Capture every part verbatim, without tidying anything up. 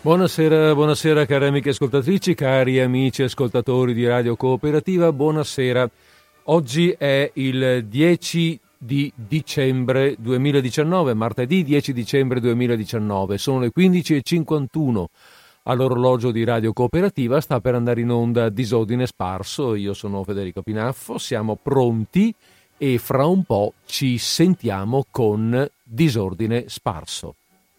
Buonasera, buonasera cari amiche ascoltatrici, cari amici ascoltatori di Radio Cooperativa, buonasera. Oggi è il dieci di dicembre duemiladiciannove, martedì dieci dicembre duemiladiciannove, sono le quindici e cinquantuno. All'orologio di Radio Cooperativa sta per andare in onda Disordine Sparso, io sono Federico Pinaffo, siamo pronti e fra un po' ci sentiamo con Disordine Sparso.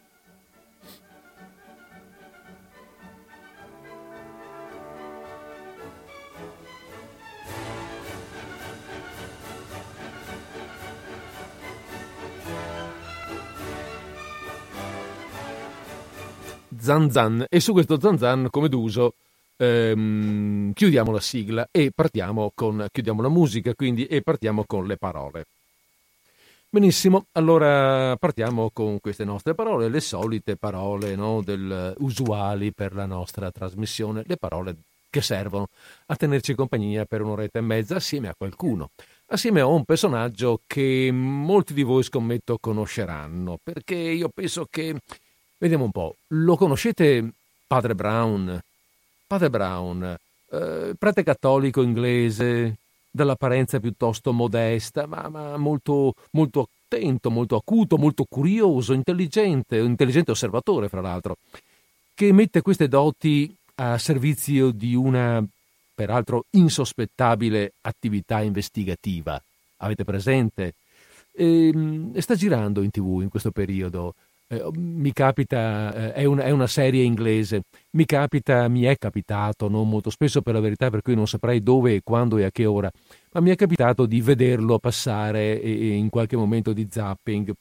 Zan zan, e su questo zan zan, come d'uso, ehm, chiudiamo la sigla e partiamo con, chiudiamo la musica quindi e partiamo con le parole. Benissimo, allora partiamo con queste nostre parole, le solite parole, no, del, usuali per la nostra trasmissione, le parole che servono a tenerci compagnia per un'oretta e mezza assieme a qualcuno, assieme a un personaggio che molti di voi scommetto conosceranno, perché io penso che, vediamo un po', lo conoscete Padre Brown? Padre Brown, eh, prete cattolico inglese, dall'apparenza piuttosto modesta, ma, ma molto, molto attento, molto acuto, molto curioso, intelligente, intelligente osservatore fra l'altro, che mette queste doti a servizio di una, peraltro, insospettabile attività investigativa. Avete presente? E, e sta girando in tivù in questo periodo. Eh, mi capita, eh, è, una, è una serie inglese, mi capita, mi è capitato, non molto spesso per la verità, per cui non saprei dove, quando e a che ora, ma mi è capitato di vederlo passare e, e in qualche momento di zapping,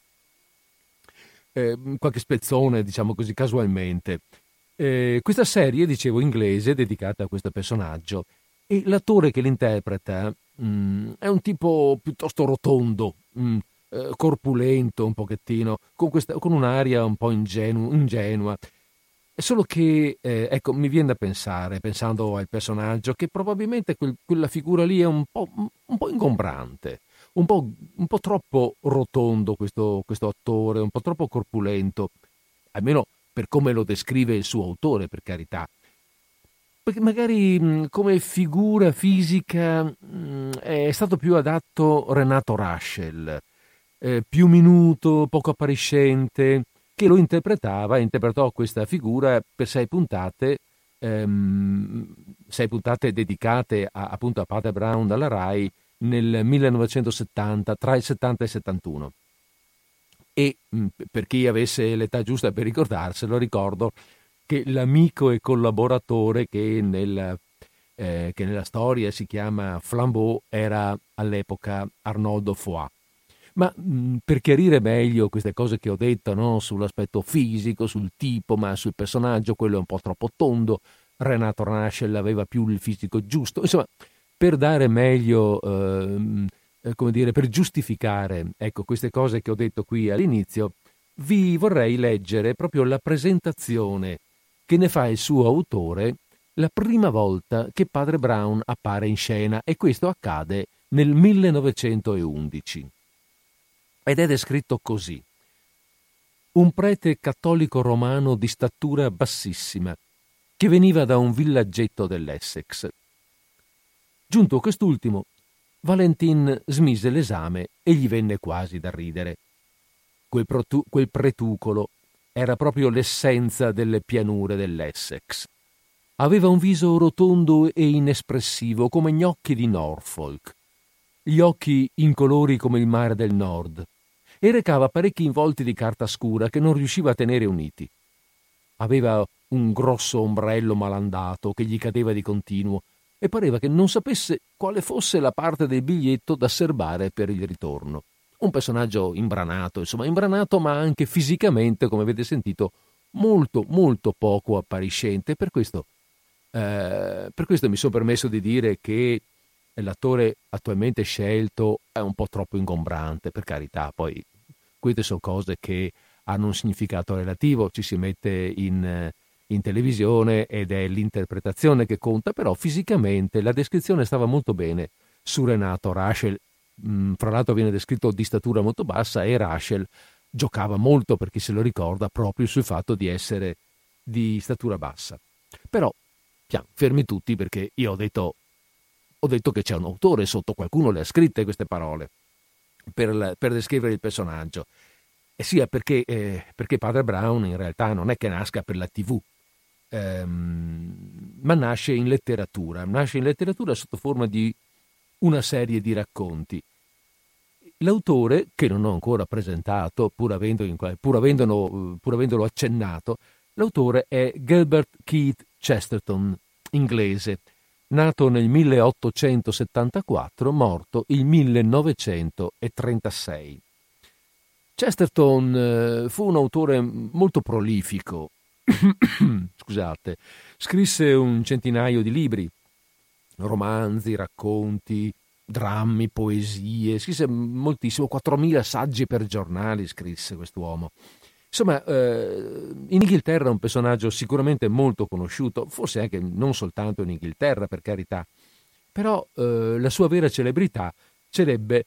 eh, qualche spezzone, diciamo così, casualmente. Eh, questa serie, dicevo, inglese, dedicata a questo personaggio, e l'attore che l'interpreta mh, è un tipo piuttosto rotondo, mh, eh, corpulento un pochettino, con, questa, con un'aria un po' ingenu, ingenua. È solo che, eh, ecco, mi viene da pensare, pensando al personaggio, che probabilmente quel, quella figura lì è un po', un po' ingombrante, un po', un po' troppo rotondo questo, questo attore, un po' troppo corpulento, almeno per come lo descrive il suo autore, per carità. Perché magari mh, come figura fisica mh, è stato più adatto Renato Rascel, eh, più minuto, poco appariscente, che lo interpretava, interpretò questa figura per sei puntate, ehm, sei puntate dedicate a, appunto a Padre Brown dalla Rai nel millenovecentosettanta, tra il settanta e il settantuno. E mh, per chi avesse l'età giusta per ricordarselo, ricordo che l'amico e collaboratore che nella, eh, che nella storia si chiama Flambeau era all'epoca Arnoldo Foix. Ma mh, per chiarire meglio queste cose che ho detto, no? Sull'aspetto fisico, sul tipo, ma sul personaggio, quello è un po' troppo tondo, Renato Rascel aveva più il fisico giusto, insomma, per dare meglio, eh, come dire, per giustificare, ecco, queste cose che ho detto qui all'inizio, vi vorrei leggere proprio la presentazione che ne fa il suo autore la prima volta che Padre Brown appare in scena, e questo accade nel millenovecentoundici. Ed è descritto così: un prete cattolico romano di statura bassissima, che veniva da un villaggetto dell'Essex. Giunto quest'ultimo, Valentin smise l'esame e gli venne quasi da ridere. Quel, protu- quel pretucolo era proprio l'essenza delle pianure dell'Essex. Aveva un viso rotondo e inespressivo come gli occhi di Norfolk, gli occhi incolori come il mare del nord, e recava parecchi involti di carta scura che non riusciva a tenere uniti. Aveva un grosso ombrello malandato che gli cadeva di continuo e pareva che non sapesse quale fosse la parte del biglietto da serbare per il ritorno. Un personaggio imbranato, insomma, imbranato ma anche fisicamente, come avete sentito, molto, molto poco appariscente. Per questo, eh, per questo mi sono permesso di dire che l'attore attualmente scelto è un po' troppo ingombrante, per carità. Poi queste sono cose che hanno un significato relativo, ci si mette in, in televisione ed è l'interpretazione che conta, però fisicamente la descrizione stava molto bene su Renato Rascel. Mm, fra l'altro viene descritto di statura molto bassa, e Rascel giocava molto, per chi se lo ricorda, proprio sul fatto di essere di statura bassa. Però, pian, fermi tutti, perché io ho detto, ho detto che c'è un autore sotto, qualcuno le ha scritte queste parole per, per descrivere il personaggio. E sia perché, eh, perché Padre Brown in realtà non è che nasca per la tivù, ehm, ma nasce in letteratura, nasce in letteratura sotto forma di una serie di racconti. L'autore, che non ho ancora presentato, pur, avendo in, pur, avendolo, pur avendolo accennato, l'autore è Gilbert Keith Chesterton, inglese, nato nel milleottocentosettantaquattro, morto il millenovecentotrentasei. Chesterton eh, fu un autore molto prolifico, scusate, scrisse un centinaio di libri, romanzi, racconti, drammi, poesie, scrisse moltissimo, quattromila saggi per giornali scrisse quest'uomo. Insomma, eh, in Inghilterra è un personaggio sicuramente molto conosciuto, forse anche non soltanto in Inghilterra, per carità, però eh, la sua vera celebrità celebbe,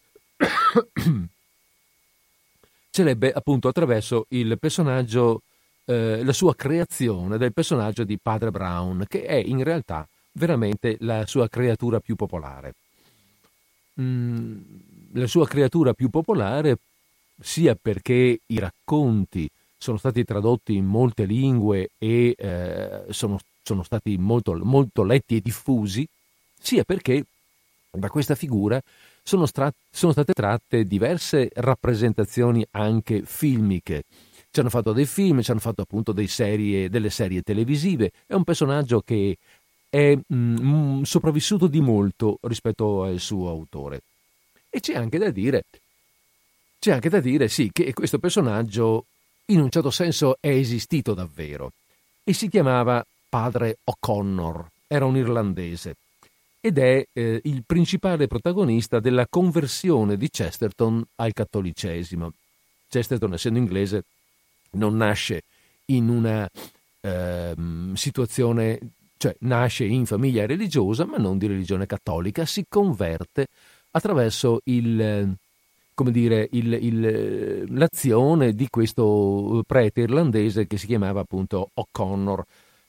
celebbe appunto attraverso il personaggio, eh, la sua creazione del personaggio di Padre Brown, che è in realtà veramente la sua creatura più popolare. Mm, la sua creatura più popolare sia perché i racconti sono stati tradotti in molte lingue e eh, sono, sono stati molto, molto letti e diffusi, sia perché da questa figura sono, stra- sono state tratte diverse rappresentazioni anche filmiche. Ci hanno fatto dei film, ci hanno fatto appunto dei serie, delle serie televisive. È un personaggio che è mm, sopravvissuto di molto rispetto al suo autore. E c'è anche da dire, c'è anche da dire, sì, che questo personaggio in un certo senso è esistito davvero e si chiamava Padre O'Connor, era un irlandese ed è eh, il principale protagonista della conversione di Chesterton al cattolicesimo. Chesterton, essendo inglese, non nasce in una eh, situazione, cioè nasce in famiglia religiosa, ma non di religione cattolica, si converte attraverso il, come dire, il, il, l'azione di questo prete irlandese che si chiamava appunto O'Connor.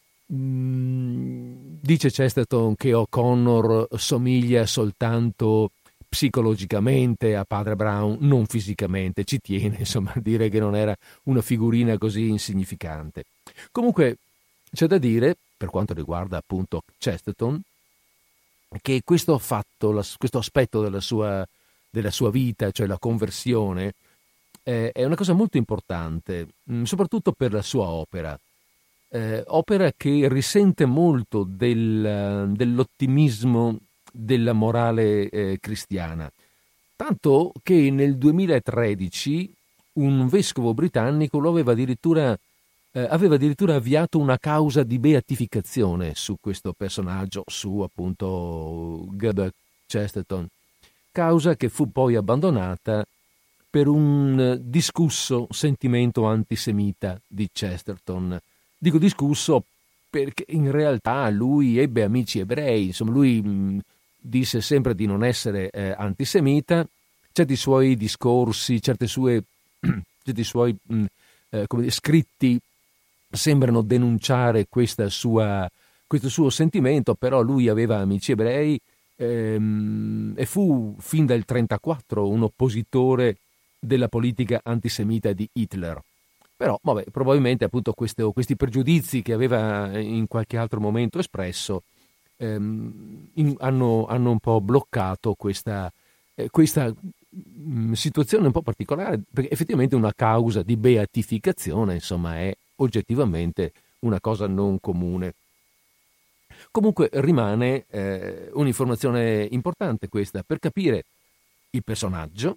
Mm, dice Chesterton che O'Connor somiglia soltanto psicologicamente a Padre Brown, non fisicamente, ci tiene insomma a dire che non era una figurina così insignificante. Comunque c'è da dire, per quanto riguarda appunto Chesterton, che questo fatto, questo aspetto della sua, della sua vita, cioè la conversione, eh, è una cosa molto importante, mh, soprattutto per la sua opera. Eh, opera che risente molto del, dell'ottimismo della morale eh, cristiana, tanto che nel duemilatredici un vescovo britannico lo aveva addirittura Eh, aveva addirittura avviato una causa di beatificazione su questo personaggio, su appunto Gilbert Chesterton, causa che fu poi abbandonata per un discusso sentimento antisemita di Chesterton. Dico discusso perché in realtà lui ebbe amici ebrei, insomma lui mh, disse sempre di non essere eh, antisemita, certi suoi discorsi, certe sue, certi suoi mh, eh, come dire, scritti sembrano denunciare questa sua, questo suo sentimento, però lui aveva amici ebrei ehm, e fu fin dal trentaquattro un oppositore della politica antisemita di Hitler. Però, vabbè, probabilmente appunto questo, questi pregiudizi che aveva in qualche altro momento espresso ehm, in, hanno, hanno un po' bloccato questa, eh, questa mh, situazione un po' particolare, perché effettivamente una causa di beatificazione, insomma, è oggettivamente una cosa non comune. Comunque rimane eh, un'informazione importante questa per capire il personaggio,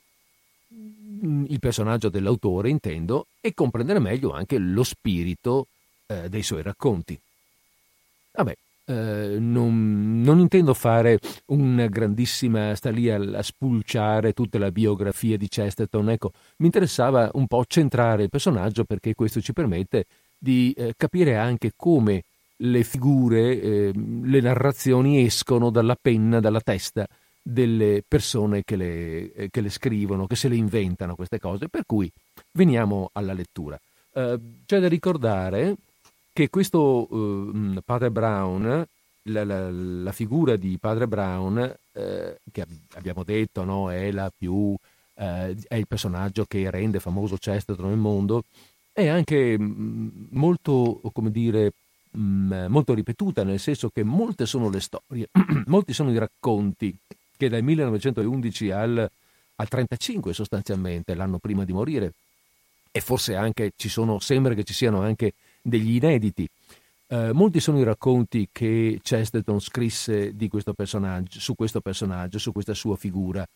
il personaggio dell'autore intendo, e comprendere meglio anche lo spirito eh, dei suoi racconti. Vabbè, eh, non, non intendo fare una grandissima, sta lì a, a spulciare tutta la biografia di Chesterton, ecco, mi interessava un po' centrare il personaggio perché questo ci permette di eh, capire anche come le figure, eh, le narrazioni escono dalla penna, dalla testa delle persone che le, eh, che le scrivono, che se le inventano queste cose, per cui veniamo alla lettura. Eh, c'è da ricordare che questo eh, padre Brown, la, la, la figura di padre Brown, eh, che abbiamo detto, no, è la più eh, è il personaggio che rende famoso Chesterton nel mondo, è anche mh, molto, come dire, mh, molto ripetuta, nel senso che molte sono le storie, molti sono i racconti che dal millenovecentoundici al, al trentacinque sostanzialmente, l'anno prima di morire, e forse anche ci sono, sembra che ci siano anche degli inediti. Eh, molti sono i racconti che Chesterton scrisse di questo personaggio, su questo personaggio, su questa sua figura,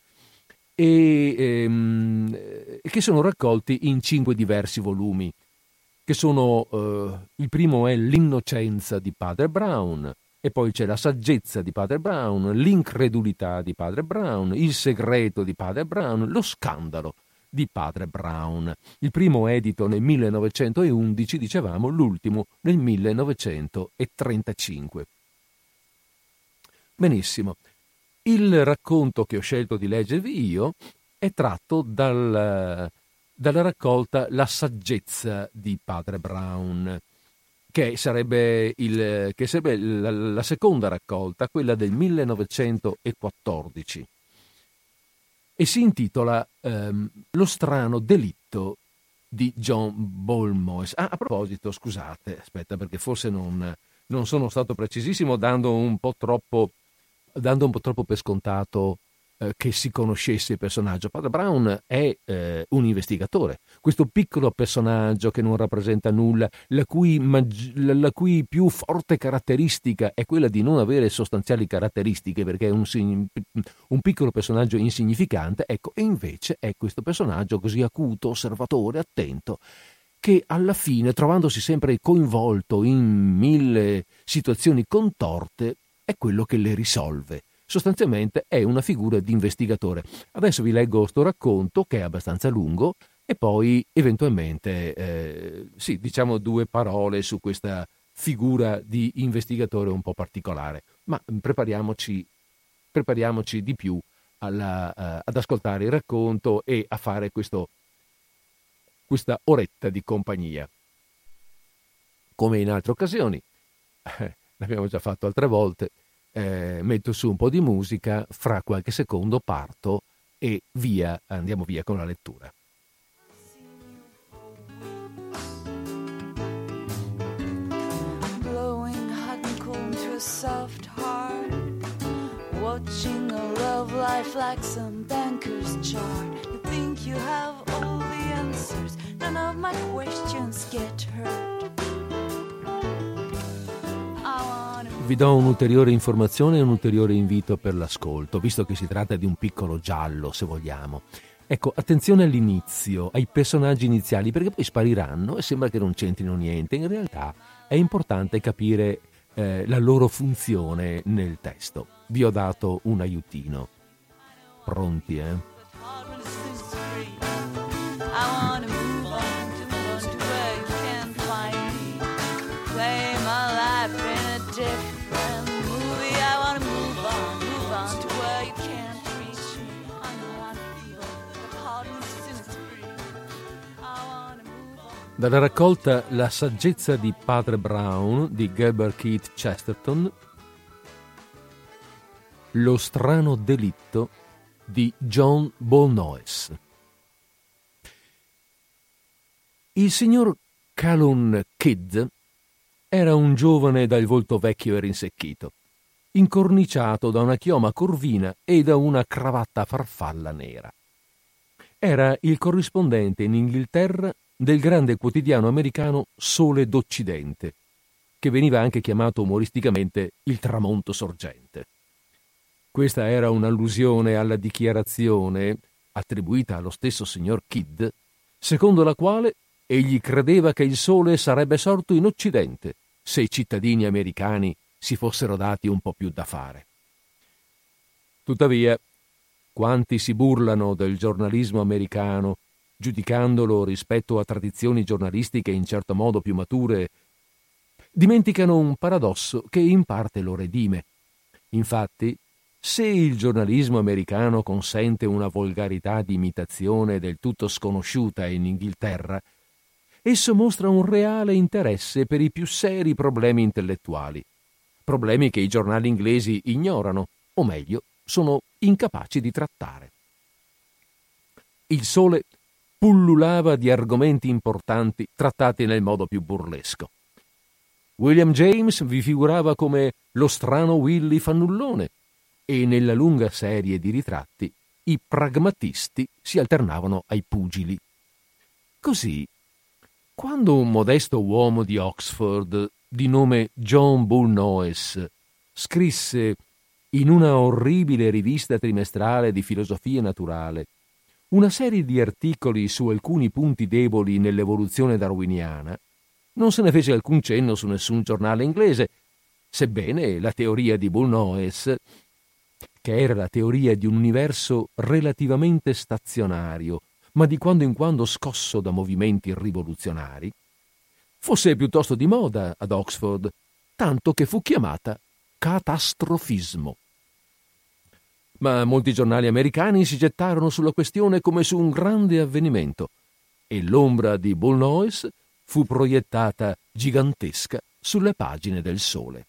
e ehm, che sono raccolti in cinque diversi volumi, che sono, eh, il primo è L'innocenza di padre Brown, e poi c'è La saggezza di padre Brown, L'incredulità di padre Brown, Il segreto di padre Brown, Lo scandalo di padre Brown. Il primo edito nel millenovecentoundici, dicevamo, l'ultimo nel millenovecentotrentacinque. Benissimo. Il racconto che ho scelto di leggervi io è tratto dal, dalla raccolta La saggezza di padre Brown, che sarebbe, il, che sarebbe la, la seconda raccolta, quella del millenovecentoquattordici. E si intitola ehm, Lo strano delitto di John Balmoes. Ah, a proposito, scusate, aspetta, perché forse non, non sono stato precisissimo, dando un po' troppo, dando un po' troppo per scontato eh, che si conoscesse il personaggio. Padre Brown è eh, un investigatore, questo piccolo personaggio che non rappresenta nulla, la cui, mag- la cui più forte caratteristica è quella di non avere sostanziali caratteristiche, perché è un, un piccolo personaggio insignificante, ecco, e invece è questo personaggio così acuto, osservatore, attento, che alla fine, trovandosi sempre coinvolto in mille situazioni contorte, è quello che le risolve. Sostanzialmente è una figura di investigatore. Adesso vi leggo sto racconto, che è abbastanza lungo, e poi eventualmente, eh, sì, diciamo due parole su questa figura di investigatore un po' particolare. Ma prepariamoci, prepariamoci di più alla, uh, ad ascoltare il racconto e a fare questo, questa oretta di compagnia. Come in altre occasioni, eh, l'abbiamo già fatto altre volte, eh, metto su un po' di musica, fra qualche secondo parto e via, andiamo via con la lettura. Blowing hot and cold to a soft heart, watching a love life like some banker's chart. You think you have all the answers, none of my questions get hurt. Vi do un'ulteriore informazione e un ulteriore invito per l'ascolto, visto che si tratta di un piccolo giallo, se vogliamo. Ecco, attenzione all'inizio, ai personaggi iniziali, perché poi spariranno e sembra che non c'entrino niente. In realtà è importante capire eh, la loro funzione nel testo. Vi ho dato un aiutino. Pronti, eh? Dalla raccolta La saggezza di padre Brown di Gilbert Keith Chesterton, Lo strano delitto di John Balmoes. Il signor Calhoun Kidd era un giovane dal volto vecchio e rinsecchito, incorniciato da una chioma corvina e da una cravatta farfalla nera. Era il corrispondente in Inghilterra del grande quotidiano americano Sole d'Occidente, che veniva anche chiamato umoristicamente il tramonto sorgente. Questa era un'allusione alla dichiarazione, attribuita allo stesso signor Kidd, secondo la quale egli credeva che il sole sarebbe sorto in Occidente se i cittadini americani si fossero dati un po' più da fare. Tuttavia, quanti si burlano del giornalismo americano, giudicandolo rispetto a tradizioni giornalistiche in certo modo più mature, dimenticano un paradosso che in parte lo redime. Infatti, se il giornalismo americano consente una volgarità di imitazione del tutto sconosciuta in Inghilterra, esso mostra un reale interesse per i più seri problemi intellettuali, problemi che i giornali inglesi ignorano, o meglio, sono incapaci di trattare. Il Sole pullulava di argomenti importanti trattati nel modo più burlesco. William James vi figurava come lo strano Willy fannullone e nella lunga serie di ritratti i pragmatisti si alternavano ai pugili. Così, quando un modesto uomo di Oxford di nome John Bull Noyes scrisse in una orribile rivista trimestrale di filosofia naturale una serie di articoli su alcuni punti deboli nell'evoluzione darwiniana, non se ne fece alcun cenno su nessun giornale inglese, sebbene la teoria di Bull Noyes, che era la teoria di un universo relativamente stazionario, ma di quando in quando scosso da movimenti rivoluzionari, fosse piuttosto di moda ad Oxford, tanto che fu chiamata catastrofismo. Ma molti giornali americani si gettarono sulla questione come su un grande avvenimento e l'ombra di Bull Noyes fu proiettata gigantesca sulle pagine del Sole.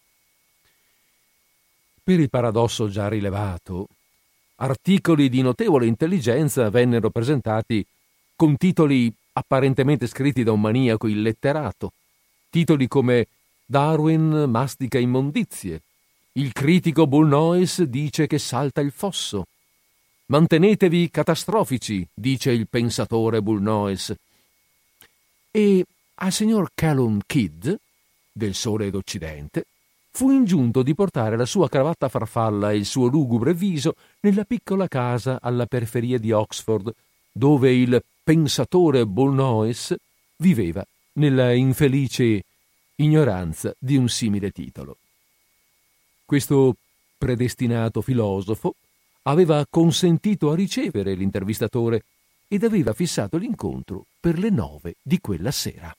Per il paradosso già rilevato, articoli di notevole intelligenza vennero presentati con titoli apparentemente scritti da un maniaco illetterato, titoli come Darwin mastica immondizie, il critico Bull Noyes dice che salta il fosso, mantenetevi catastrofici, dice il pensatore Bull Noyes. E al signor Callum Kidd, del Sole d'Occidente, fu ingiunto di portare la sua cravatta farfalla e il suo lugubre viso nella piccola casa alla periferia di Oxford, dove il pensatore Bull Noyes viveva nella infelice ignoranza di un simile titolo. Questo predestinato filosofo aveva consentito a ricevere l'intervistatore ed aveva fissato l'incontro per le nove di quella sera.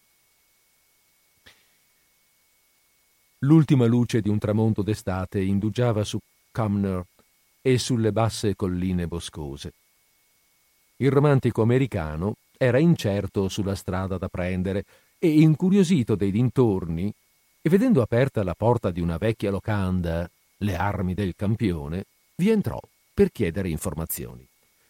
L'ultima luce di un tramonto d'estate indugiava su Cumnor e sulle basse colline boscose. Il romantico americano era incerto sulla strada da prendere e, incuriosito dei dintorni, e vedendo aperta la porta di una vecchia locanda, Le Armi del Campione, vi entrò per chiedere informazioni.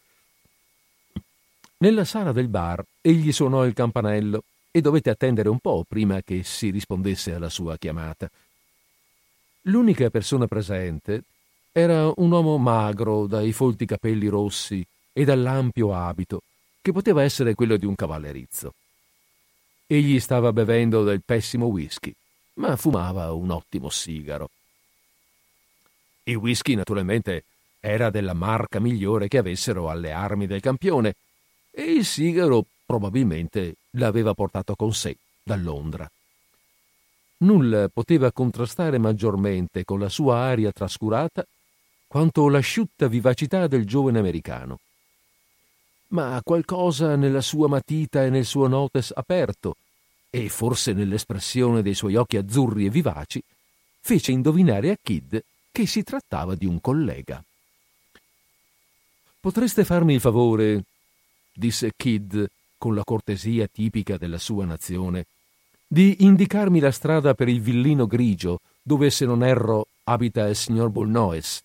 Nella sala del bar egli suonò il campanello e dovette attendere un po' prima che si rispondesse alla sua chiamata. L'unica persona presente era un uomo magro dai folti capelli rossi e dall'ampio abito, che poteva essere quello di un cavallerizzo. Egli stava bevendo del pessimo whisky, ma fumava un ottimo sigaro. Il whisky, naturalmente, era della marca migliore che avessero alle Armi del Campione e il sigaro probabilmente l'aveva portato con sé da Londra. Nulla poteva contrastare maggiormente con la sua aria trascurata quanto l'asciutta vivacità del giovane americano. Ma qualcosa nella sua matita e nel suo notes aperto, e forse nell'espressione dei suoi occhi azzurri e vivaci, fece indovinare a Kidd che si trattava di un collega. «Potreste farmi il favore», disse Kidd con la cortesia tipica della sua nazione, «di indicarmi la strada per il villino grigio dove, se non erro, abita il signor Bull Noyes?»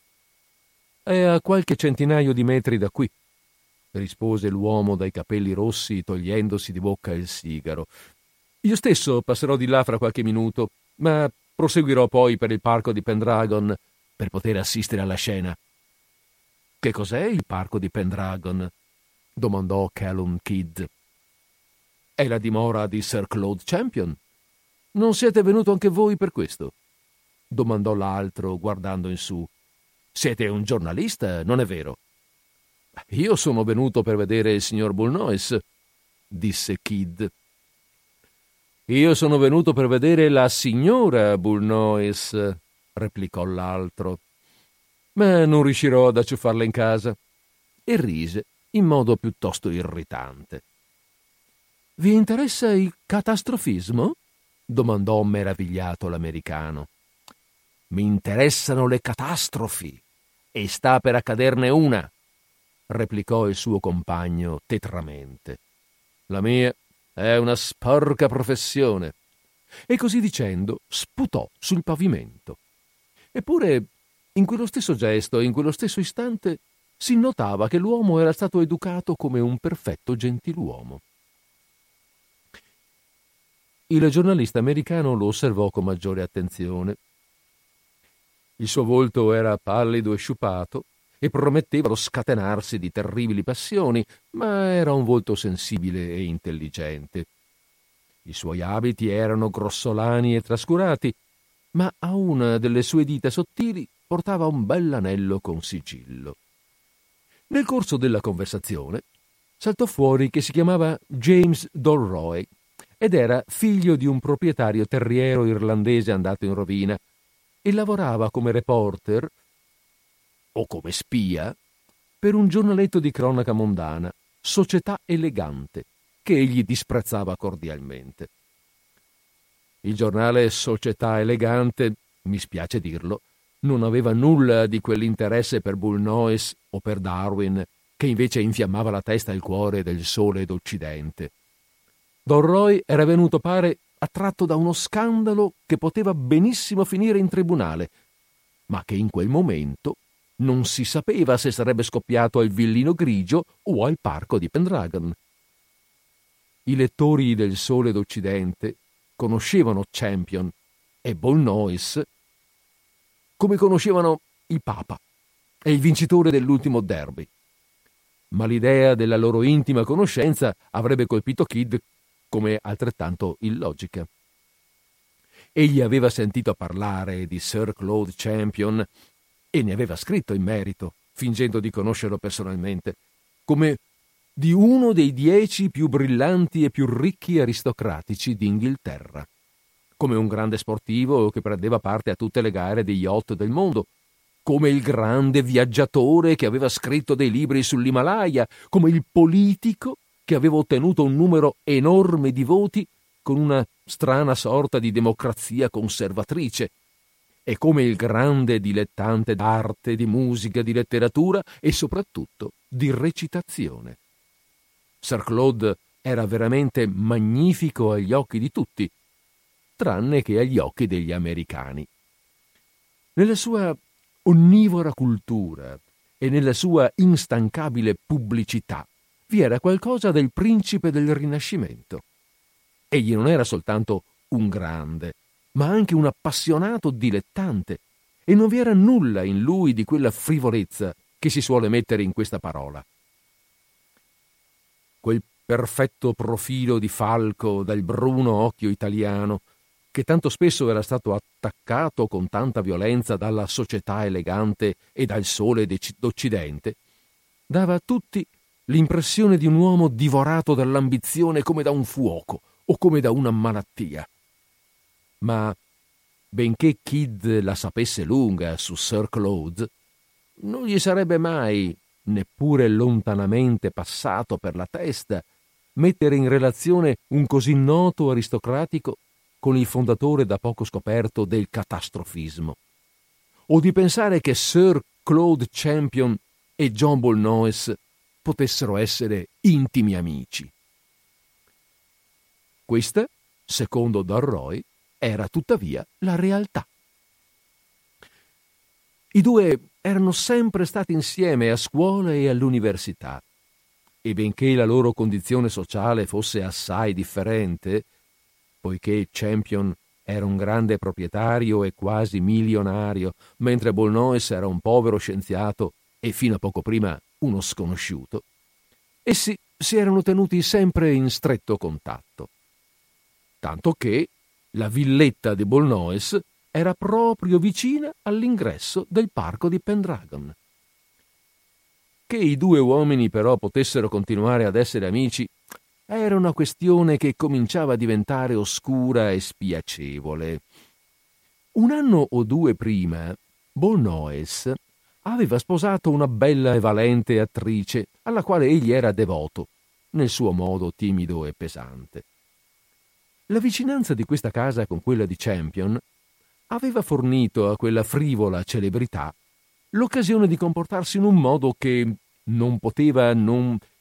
«È a qualche centinaio di metri da qui», rispose l'uomo dai capelli rossi togliendosi di bocca il sigaro. «Io stesso passerò di là fra qualche minuto, ma proseguirò poi per il parco di Pendragon per poter assistere alla scena». «Che cos'è il parco di Pendragon?» domandò Callum Kidd. «È la dimora di Sir Claude Champion. Non siete venuto anche voi per questo?» domandò l'altro guardando in su. «Siete un giornalista, non è vero?» «Io sono venuto per vedere il signor Bull Noyes», disse Kidd. «Io sono venuto per vedere la signora Bull Noyes», replicò l'altro. «Ma non riuscirò ad acciuffarla in casa», e rise in modo piuttosto irritante. «Vi interessa il catastrofismo?» domandò meravigliato l'americano. «Mi interessano le catastrofi, e sta per accaderne una», replicò il suo compagno tetramente. «La mia è una sporca professione. E così dicendo sputò sul pavimento. Eppure, in quello stesso gesto, in quello stesso istante, si notava che l'uomo era stato educato come un perfetto gentiluomo. Il giornalista americano lo osservò con maggiore attenzione. Il suo volto era pallido e sciupato e prometteva lo scatenarsi di terribili passioni, ma era un volto sensibile e intelligente. I suoi abiti erano grossolani e trascurati, ma a una delle sue dita sottili portava un bell'anello con sigillo. Nel corso della conversazione saltò fuori che si chiamava James Dolroy ed era figlio di un proprietario terriero irlandese andato in rovina e lavorava come reporter o come spia per un giornaletto di cronaca mondana, Società Elegante, che egli disprezzava cordialmente. Il giornale Società Elegante, mi spiace dirlo, non aveva nulla di quell'interesse per Bull-Noyes o per Darwin, che invece infiammava la testa e il cuore del Sole d'Occidente. Dolroy era venuto, pare, attratto da uno scandalo che poteva benissimo finire in tribunale, ma che in quel momento non si sapeva se sarebbe scoppiato al Villino Grigio o al parco di Pendragon. I lettori del Sole d'Occidente conoscevano Champion e Bull-Noyes come conoscevano il Papa e il vincitore dell'ultimo derby. Ma l'idea della loro intima conoscenza avrebbe colpito Kidd come altrettanto illogica. Egli aveva sentito parlare di Sir Claude Champion e ne aveva scritto in merito, fingendo di conoscerlo personalmente, come di uno dei dieci più brillanti e più ricchi aristocratici d'Inghilterra, come un grande sportivo che prendeva parte a tutte le gare di yacht del mondo, come il grande viaggiatore che aveva scritto dei libri sull'Himalaya, come il politico che aveva ottenuto un numero enorme di voti con una strana sorta di democrazia conservatrice, e come il grande dilettante d'arte, di musica, di letteratura e soprattutto di recitazione. Sir Claude era veramente magnifico agli occhi di tutti, tranne che agli occhi degli americani. Nella sua onnivora cultura e nella sua instancabile pubblicità vi era qualcosa del principe del Rinascimento. Egli non era soltanto un grande, ma anche un appassionato dilettante, e non vi era nulla in lui di quella frivolezza che si suole mettere in questa parola. Quel perfetto profilo di falco dal bruno occhio italiano, che tanto spesso era stato attaccato con tanta violenza dalla Società Elegante e dal Sole d'Occidente, dava a tutti l'impressione di un uomo divorato dall'ambizione come da un fuoco o come da una malattia. Ma, benché Kidd la sapesse lunga su Sir Claude, non gli sarebbe mai, neppure lontanamente passato per la testa, mettere in relazione un così noto aristocratico con il fondatore da poco scoperto del catastrofismo, o di pensare che Sir Claude Champion e John Bull-Noyes potessero essere intimi amici. Questa, secondo Dolroy, era tuttavia la realtà. I due erano sempre stati insieme a scuola e all'università, e benché la loro condizione sociale fosse assai differente, poiché Champion era un grande proprietario e quasi milionario, mentre Bull-Noyes era un povero scienziato e fino a poco prima uno sconosciuto, essi si erano tenuti sempre in stretto contatto. Tanto che la villetta di Bull-Noyes era proprio vicina all'ingresso del parco di Pendragon. Che i due uomini però potessero continuare ad essere amici era una questione che cominciava a diventare oscura e spiacevole. Un anno o due prima, Bull-Noyes aveva sposato una bella e valente attrice alla quale egli era devoto, nel suo modo timido e pesante. La vicinanza di questa casa con quella di Champion aveva fornito a quella frivola celebrità l'occasione di comportarsi in un modo che non poteva non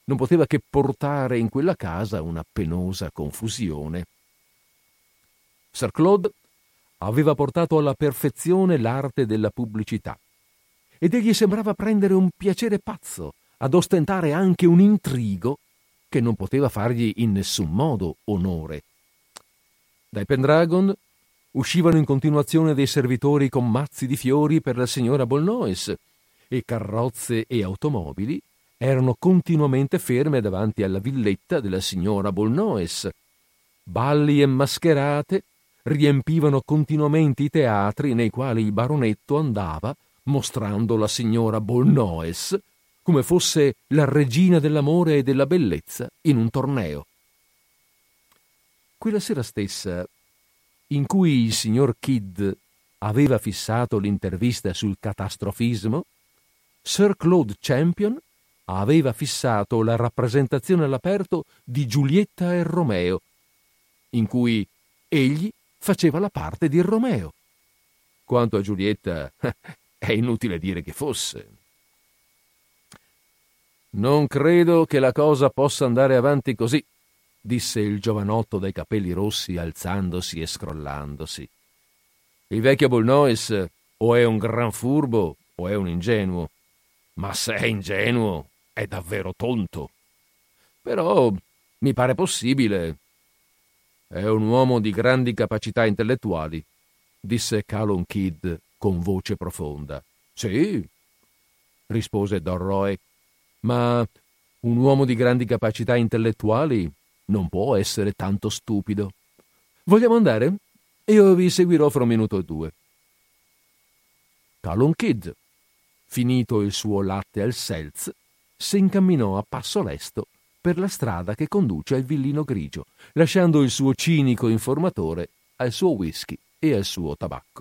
non poteva che portare in quella casa una penosa confusione. Sir Claude aveva portato alla perfezione l'arte della pubblicità ed egli sembrava prendere un piacere pazzo ad ostentare anche un intrigo che non poteva fargli in nessun modo onore. Dai Pendragon uscivano in continuazione dei servitori con mazzi di fiori per la signora Bolnoes e carrozze e automobili erano continuamente ferme davanti alla villetta della signora Bolnoes. Balli e mascherate riempivano continuamente i teatri nei quali il baronetto andava mostrando la signora Bolnoes come fosse la regina dell'amore e della bellezza in un torneo. Quella sera stessa, in cui il signor Kidd aveva fissato l'intervista sul catastrofismo, Sir Claude Champion aveva fissato la rappresentazione all'aperto di Giulietta e Romeo, in cui egli faceva la parte di Romeo. Quanto a Giulietta, è inutile dire che fosse. «Non credo che la cosa possa andare avanti così», disse il giovanotto dai capelli rossi alzandosi e scrollandosi. «Il vecchio Bolnoes o è un gran furbo o è un ingenuo, ma se è ingenuo è davvero tonto. Però mi pare possibile. È un uomo di grandi capacità intellettuali», disse Calon Kidd con voce profonda. «Sì», rispose Don Roy, «ma un uomo di grandi capacità intellettuali non può essere tanto stupido. Vogliamo andare? Io vi seguirò fra un minuto o due». Calon Kidd, finito il suo latte al seltz, si incamminò a passo lesto per la strada che conduce al Villino Grigio, lasciando il suo cinico informatore al suo whisky e al suo tabacco.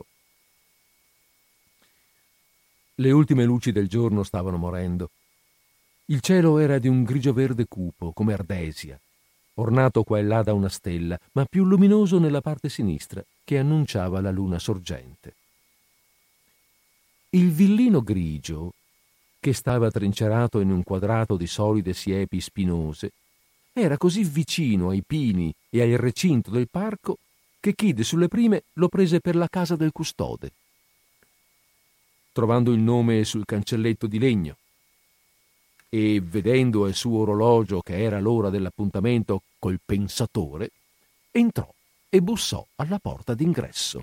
Le ultime luci del giorno stavano morendo. Il cielo era di un grigio verde cupo, come ardesia, ornato qua e là da una stella, ma più luminoso nella parte sinistra, che annunciava la luna sorgente. Il Villino Grigio, che stava trincerato in un quadrato di solide siepi spinose, era così vicino ai pini e al recinto del parco che Kidd sulle prime lo prese per la casa del custode. Trovando il nome sul cancelletto di legno e vedendo al suo orologio che era l'ora dell'appuntamento col pensatore, entrò e bussò alla porta d'ingresso.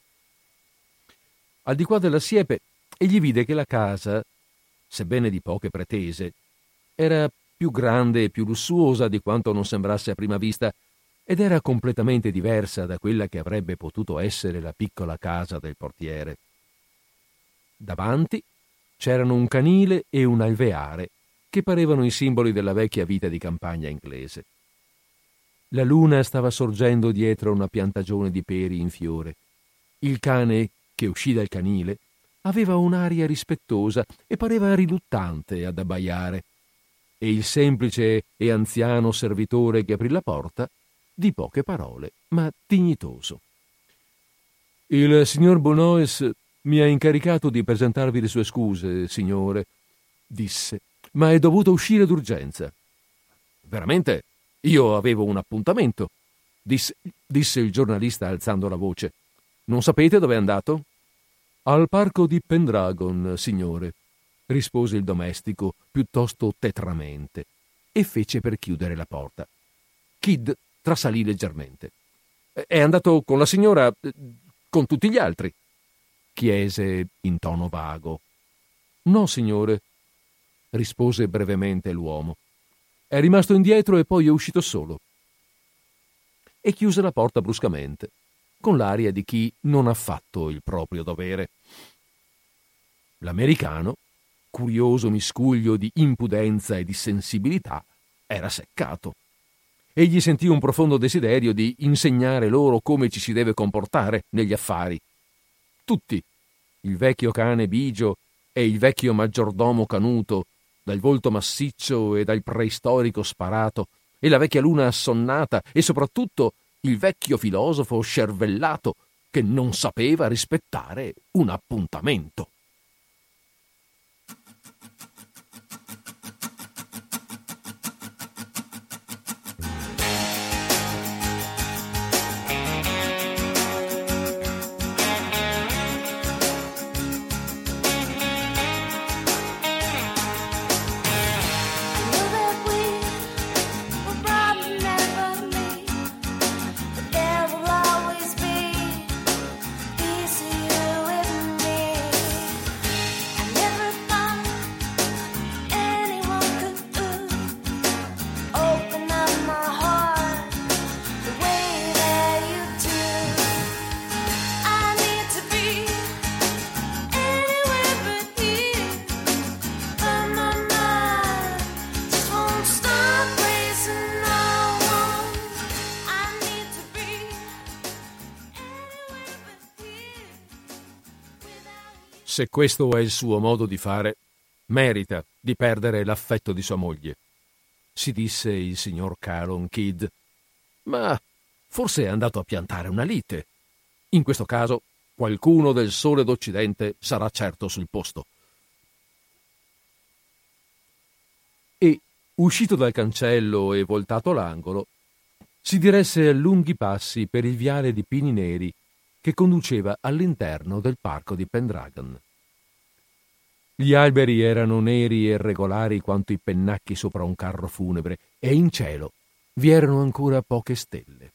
Al di qua della siepe egli vide che la casa, sebbene di poche pretese, era più grande e più lussuosa di quanto non sembrasse a prima vista ed era completamente diversa da quella che avrebbe potuto essere la piccola casa del portiere. Davanti c'erano un canile e un alveare che parevano i simboli della vecchia vita di campagna inglese. La luna stava sorgendo dietro una piantagione di peri in fiore. Il cane, che uscì dal canile, aveva un'aria rispettosa e pareva riluttante ad abbaiare, e il semplice e anziano servitore che aprì la porta, di poche parole, ma dignitoso. «Il signor Bolnoes mi ha incaricato di presentarvi le sue scuse, signore», disse, «ma è dovuto uscire d'urgenza». «Veramente? Io avevo un appuntamento», disse, disse il giornalista alzando la voce. «Non sapete dove è andato?» «Al parco di Pendragon, signore», rispose il domestico piuttosto tetramente e fece per chiudere la porta. Kidd trasalì leggermente. «È andato con la signora, con tutti gli altri?» chiese in tono vago. «No, signore», rispose brevemente l'uomo. «È rimasto indietro e poi è uscito solo». E chiuse la porta bruscamente, con l'aria di chi non ha fatto il proprio dovere. L'americano, curioso miscuglio di impudenza e di sensibilità, era seccato. Egli sentì un profondo desiderio di insegnare loro come ci si deve comportare negli affari. Tutti, il vecchio cane bigio e il vecchio maggiordomo canuto, dal volto massiccio e dal preistorico sparato, e la vecchia luna assonnata, e soprattutto il vecchio filosofo scervellato che non sapeva rispettare un appuntamento. Se questo è il suo modo di fare, merita di perdere l'affetto di sua moglie, si disse il signor Calon Kidd. Ma forse è andato a piantare una lite. In questo caso qualcuno del Sole d'Occidente sarà certo sul posto. E, uscito dal cancello e voltato l'angolo, si diresse a lunghi passi per il viale di pini neri che conduceva all'interno del parco di Pendragon. Gli alberi erano neri e regolari quanto i pennacchi sopra un carro funebre, e in cielo vi erano ancora poche stelle.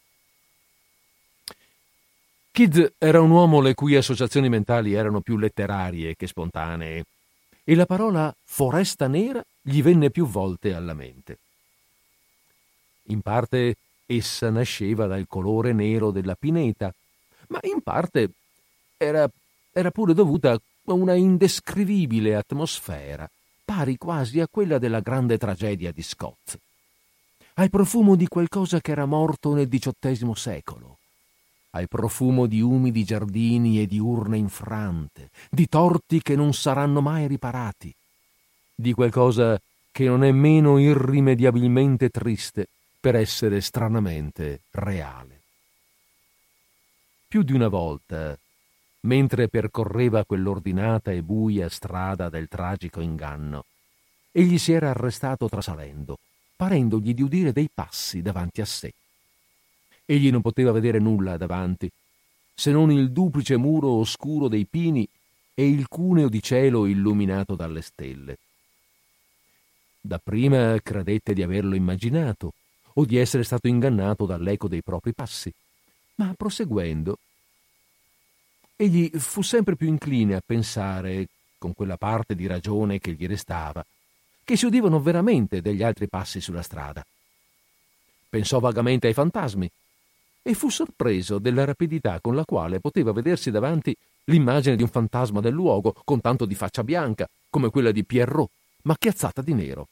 Kidd era un uomo le cui associazioni mentali erano più letterarie che spontanee, e la parola foresta nera gli venne più volte alla mente. In parte essa nasceva dal colore nero della pineta, ma in parte era, era pure dovuta a una indescrivibile atmosfera, pari quasi a quella della grande tragedia di Scott, al profumo di qualcosa che era morto nel diciottesimo secolo, al profumo di umidi giardini e di urne infrante, di torti che non saranno mai riparati, di qualcosa che non è meno irrimediabilmente triste per essere stranamente reale. Più di una volta, mentre percorreva quell'ordinata e buia strada del tragico inganno, egli si era arrestato trasalendo, parendogli di udire dei passi davanti a sé. Egli non poteva vedere nulla davanti, se non il duplice muro oscuro dei pini e il cuneo di cielo illuminato dalle stelle. Dapprima credette di averlo immaginato o di essere stato ingannato dall'eco dei propri passi, ma proseguendo egli fu sempre più incline a pensare, con quella parte di ragione che gli restava, che si udivano veramente degli altri passi sulla strada. Pensò vagamente ai fantasmi e fu sorpreso della rapidità con la quale poteva vedersi davanti l'immagine di un fantasma del luogo, con tanto di faccia bianca, come quella di Pierrot, macchiazzata di nero.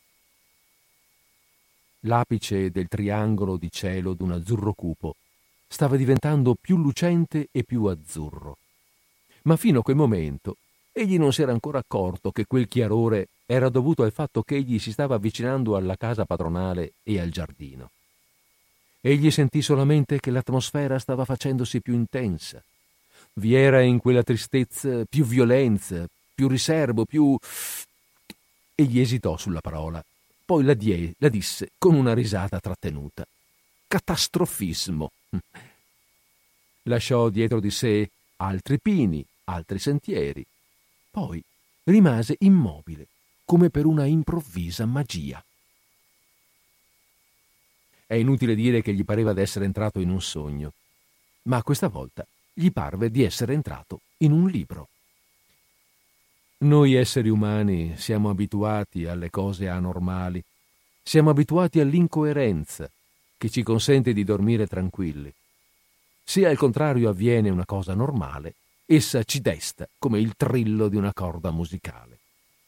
L'apice del triangolo di cielo d'un azzurro cupo stava diventando più lucente e più azzurro. Ma fino a quel momento egli non si era ancora accorto che quel chiarore era dovuto al fatto che egli si stava avvicinando alla casa padronale e al giardino. Egli sentì solamente che l'atmosfera stava facendosi più intensa. Vi era in quella tristezza più violenza, più riserbo, più... Egli esitò sulla parola, poi la, die, la disse con una risata trattenuta. Catastrofismo. Lasciò dietro di sé altri pini, altri sentieri. Poi rimase immobile, come per una improvvisa magia. È inutile dire che gli pareva d'essere entrato in un sogno, ma questa volta gli parve di essere entrato in un libro. Noi esseri umani siamo abituati alle cose anormali, siamo abituati all'incoerenza che ci consente di dormire tranquilli. Se al contrario avviene una cosa normale, essa ci desta come il trillo di una corda musicale.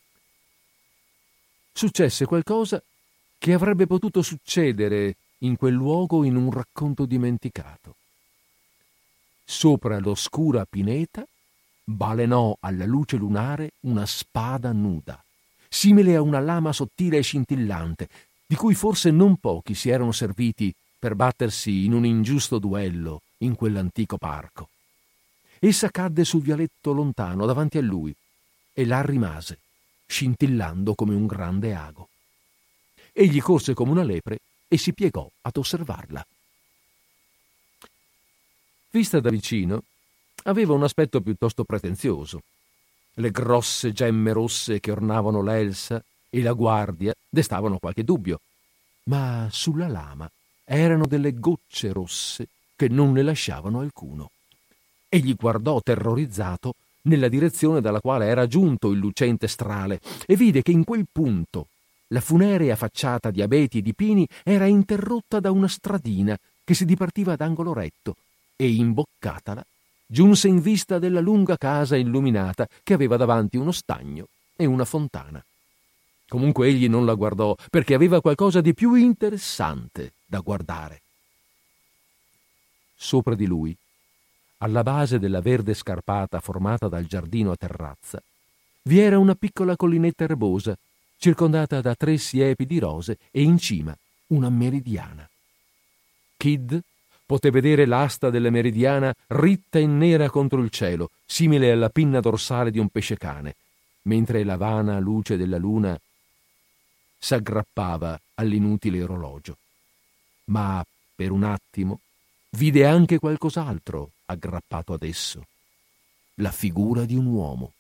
Successe qualcosa che avrebbe potuto succedere in quel luogo in un racconto dimenticato. Sopra l'oscura pineta balenò alla luce lunare una spada nuda, simile a una lama sottile e scintillante, di cui forse non pochi si erano serviti per battersi in un ingiusto duello in quell'antico parco. Essa cadde sul vialetto lontano davanti a lui e là rimase, scintillando come un grande ago. Egli corse come una lepre e si piegò ad osservarla. Vista da vicino, aveva un aspetto piuttosto pretenzioso. Le grosse gemme rosse che ornavano l'elsa e la guardia destavano qualche dubbio, ma sulla lama erano delle gocce rosse che non ne lasciavano alcuno. Egli guardò terrorizzato nella direzione dalla quale era giunto il lucente strale e vide che in quel punto la funerea facciata di abeti e di pini era interrotta da una stradina che si dipartiva ad angolo retto e, imboccatala, giunse in vista della lunga casa illuminata che aveva davanti uno stagno e una fontana. Comunque egli non la guardò perché aveva qualcosa di più interessante da guardare. Sopra di lui, alla base della verde scarpata formata dal giardino a terrazza, vi era una piccola collinetta erbosa, circondata da tre siepi di rose e in cima una meridiana. Kid poté vedere l'asta della meridiana ritta in nera contro il cielo, simile alla pinna dorsale di un pescecane, mentre la vana luce della luna s'aggrappava all'inutile orologio. Ma per un attimo vide anche qualcos'altro aggrappato ad esso, la figura di un uomo.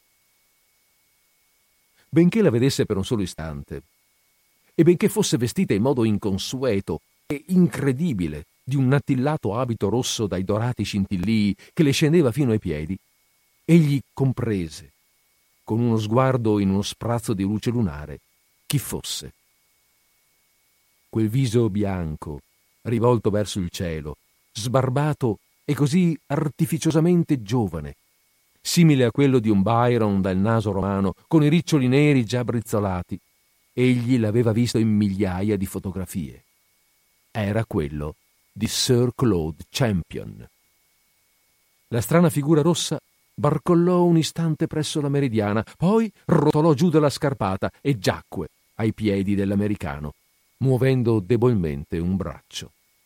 Benché la vedesse per un solo istante, e benché fosse vestita in modo inconsueto e incredibile di un attillato abito rosso dai dorati scintillii che le scendeva fino ai piedi, egli comprese, con uno sguardo in uno sprazzo di luce lunare, chi fosse. Quel viso bianco, rivolto verso il cielo, sbarbato e così artificiosamente giovane, simile a quello di un Byron dal naso romano, con i riccioli neri già brizzolati, egli l'aveva visto in migliaia di fotografie. Era quello di Sir Claude Champion. La strana figura rossa barcollò un istante presso la meridiana, poi rotolò giù dalla scarpata e giacque ai piedi dell'americano, muovendo debolmente un braccio.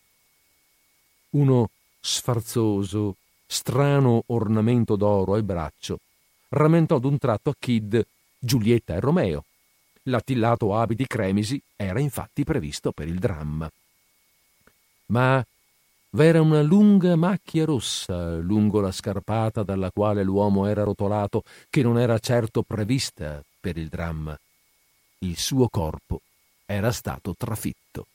Uno sfarzoso, strano ornamento d'oro al braccio rammentò d'un tratto a Kid Giulietta e Romeo. L'attillato abiti cremisi era infatti previsto per il dramma. Ma v'era una lunga macchia rossa lungo la scarpata dalla quale l'uomo era rotolato, che non era certo prevista per il dramma. Il suo corpo era stato trafitto.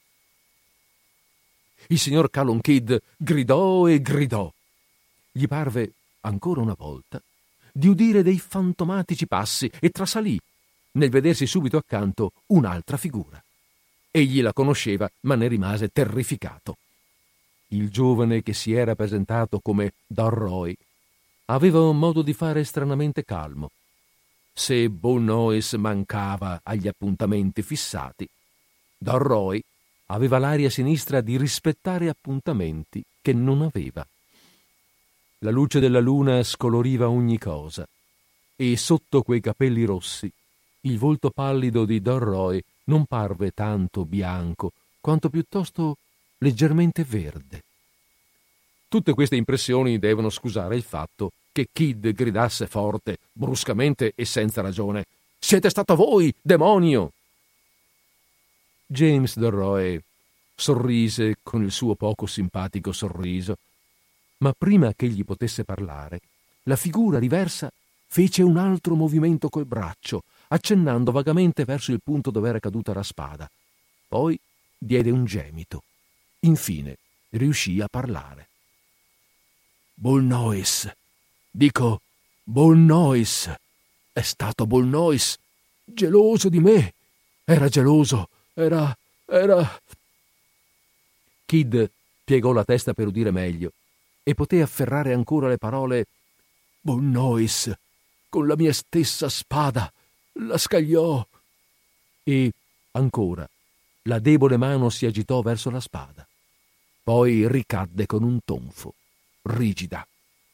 Il signor Callum Kidd gridò e gridò. Gli parve, ancora una volta, di udire dei fantomatici passi e trasalì, nel vedersi subito accanto un'altra figura. Egli la conosceva, ma ne rimase terrificato. Il giovane che si era presentato come Don Roy aveva un modo di fare stranamente calmo. Se Bull Noyes mancava agli appuntamenti fissati, Don Roy aveva l'aria sinistra di rispettare appuntamenti che non aveva. La luce della luna scoloriva ogni cosa, e sotto quei capelli rossi il volto pallido di Don Roy non parve tanto bianco, quanto piuttosto leggermente verde. Tutte queste impressioni devono scusare il fatto che Kidd gridasse forte, bruscamente e senza ragione: «Siete stato voi, demonio!» James Don Roy sorrise con il suo poco simpatico sorriso, ma prima che egli potesse parlare, la figura riversa fece un altro movimento col braccio, accennando vagamente verso il punto dove era caduta la spada. Poi diede un gemito. Infine riuscì a parlare. «Bull Noyes, dico Bull Noyes, è stato Bull Noyes, geloso di me, era geloso, era, era...» Kidd piegò la testa per udire meglio e poté afferrare ancora le parole «Bull Noyes, con la mia stessa spada, la scagliò». E, ancora, la debole mano si agitò verso la spada. Poi ricadde con un tonfo, rigida.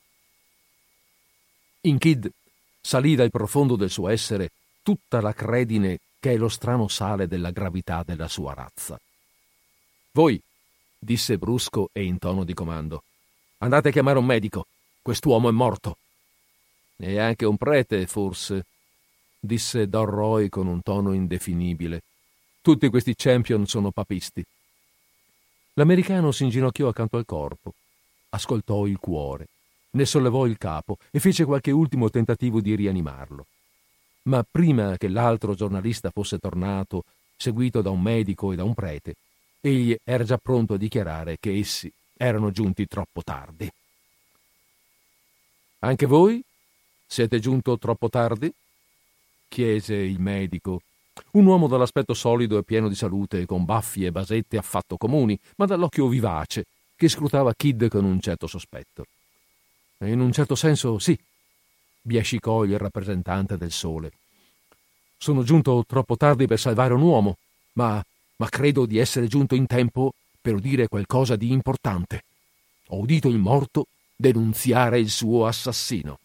In Kidd salì dal profondo del suo essere tutta la credine che è lo strano sale della gravità della sua razza. «Voi», disse brusco e in tono di comando, «andate a chiamare un medico. Quest'uomo è morto». «E anche un prete, forse», disse Don Roy con un tono indefinibile. «Tutti questi champion sono papisti». L'americano si inginocchiò accanto al corpo, ascoltò il cuore, ne sollevò il capo e fece qualche ultimo tentativo di rianimarlo. Ma prima che l'altro giornalista fosse tornato, seguito da un medico e da un prete, egli era già pronto a dichiarare che essi erano giunti troppo tardi. «Anche voi siete giunto troppo tardi?» chiese il medico, un uomo dall'aspetto solido e pieno di salute, con baffi e basette affatto comuni, ma dall'occhio vivace, che scrutava Kidd con un certo sospetto. «In un certo senso sì», biascicò il rappresentante del Sole. «Sono giunto troppo tardi per salvare un uomo, ma, ma credo di essere giunto in tempo per udire qualcosa di importante. Ho udito il morto denunziare il suo assassino.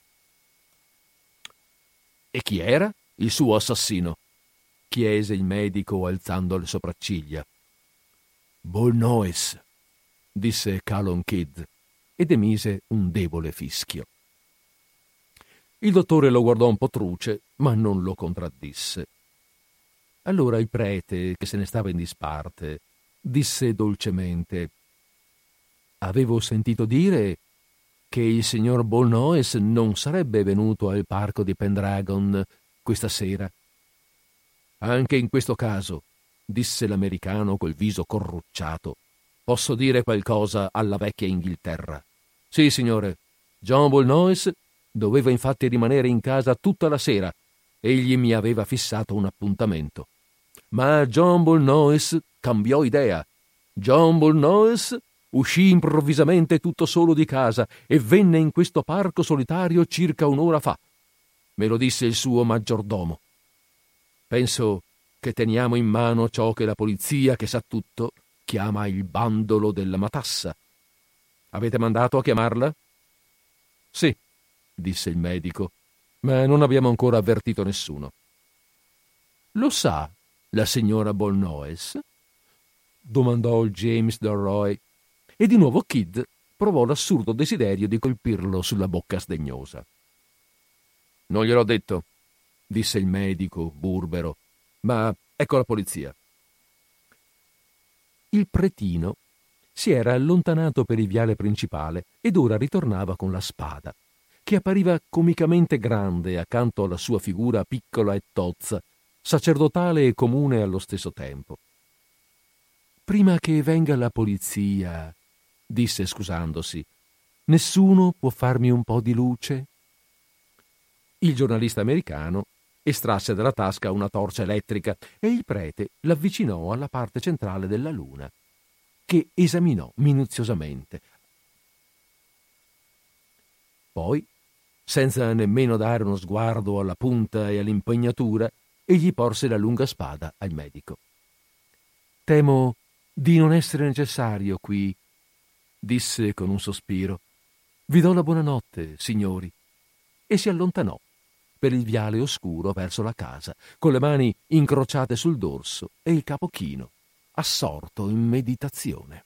E chi era il suo assassino? Chiese il medico alzando le sopracciglia. Boulnois, disse Calon Kidd ed emise un debole fischio. Il dottore lo guardò un po' truce, ma non lo contraddisse. Allora il prete, che se ne stava in disparte, disse dolcemente: avevo sentito dire che il signor Boulnois non sarebbe venuto al parco di Pendragon questa sera. Anche in questo caso, disse l'americano col viso corrucciato, posso dire qualcosa alla vecchia Inghilterra. Sì, signore, John Boulnois doveva infatti rimanere in casa tutta la sera. Egli mi aveva fissato un appuntamento. Ma John Boulnois cambiò idea. John Boulnois uscì improvvisamente tutto solo di casa e venne in questo parco solitario circa un'ora fa. Me lo disse il suo maggiordomo. Penso che teniamo in mano ciò che la polizia, che sa tutto, chiama il bandolo della matassa. Avete mandato a chiamarla? Sì, disse il medico, ma non abbiamo ancora avvertito nessuno. Lo sa la signora Boulnois? Domandò James Dalroy, e di nuovo Kidd provò l'assurdo desiderio di colpirlo sulla bocca sdegnosa. Non gliel'ho detto, disse il medico burbero, ma ecco la polizia. Il pretino si era allontanato per il viale principale ed ora ritornava con la spada, che appariva comicamente grande accanto alla sua figura piccola e tozza, sacerdotale e comune allo stesso tempo. Prima che venga la polizia, disse scusandosi, nessuno può farmi un po' di luce? Il giornalista americano estrasse dalla tasca una torcia elettrica e il prete l'avvicinò alla parte centrale della luna, che esaminò minuziosamente. Poi, senza nemmeno dare uno sguardo alla punta e all'impegnatura, egli porse la lunga spada al medico. Temo di non essere necessario qui, disse con un sospiro. Vi do la buonanotte, signori, e si allontanò per il viale oscuro verso la casa, con le mani incrociate sul dorso e il capo chino, assorto in meditazione.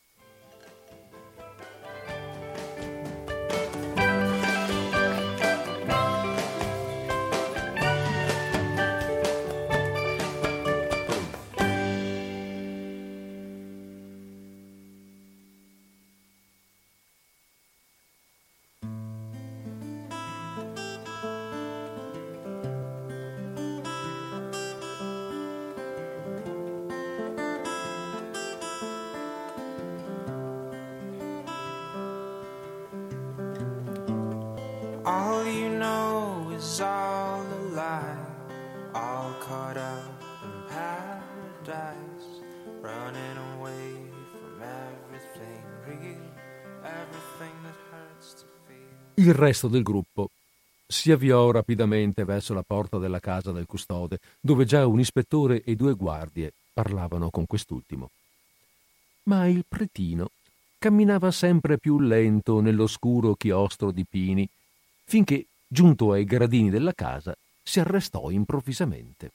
All you know is all a lie, all caught up in paradise, running away from everything real, everything that hurts to feel. Il resto del gruppo si avviò rapidamente verso la porta della casa del custode, dove già un ispettore e due guardie parlavano con quest'ultimo. Ma il pretino camminava sempre più lento nell'oscuro chiostro di pini, finché, giunto ai gradini della casa, si arrestò improvvisamente.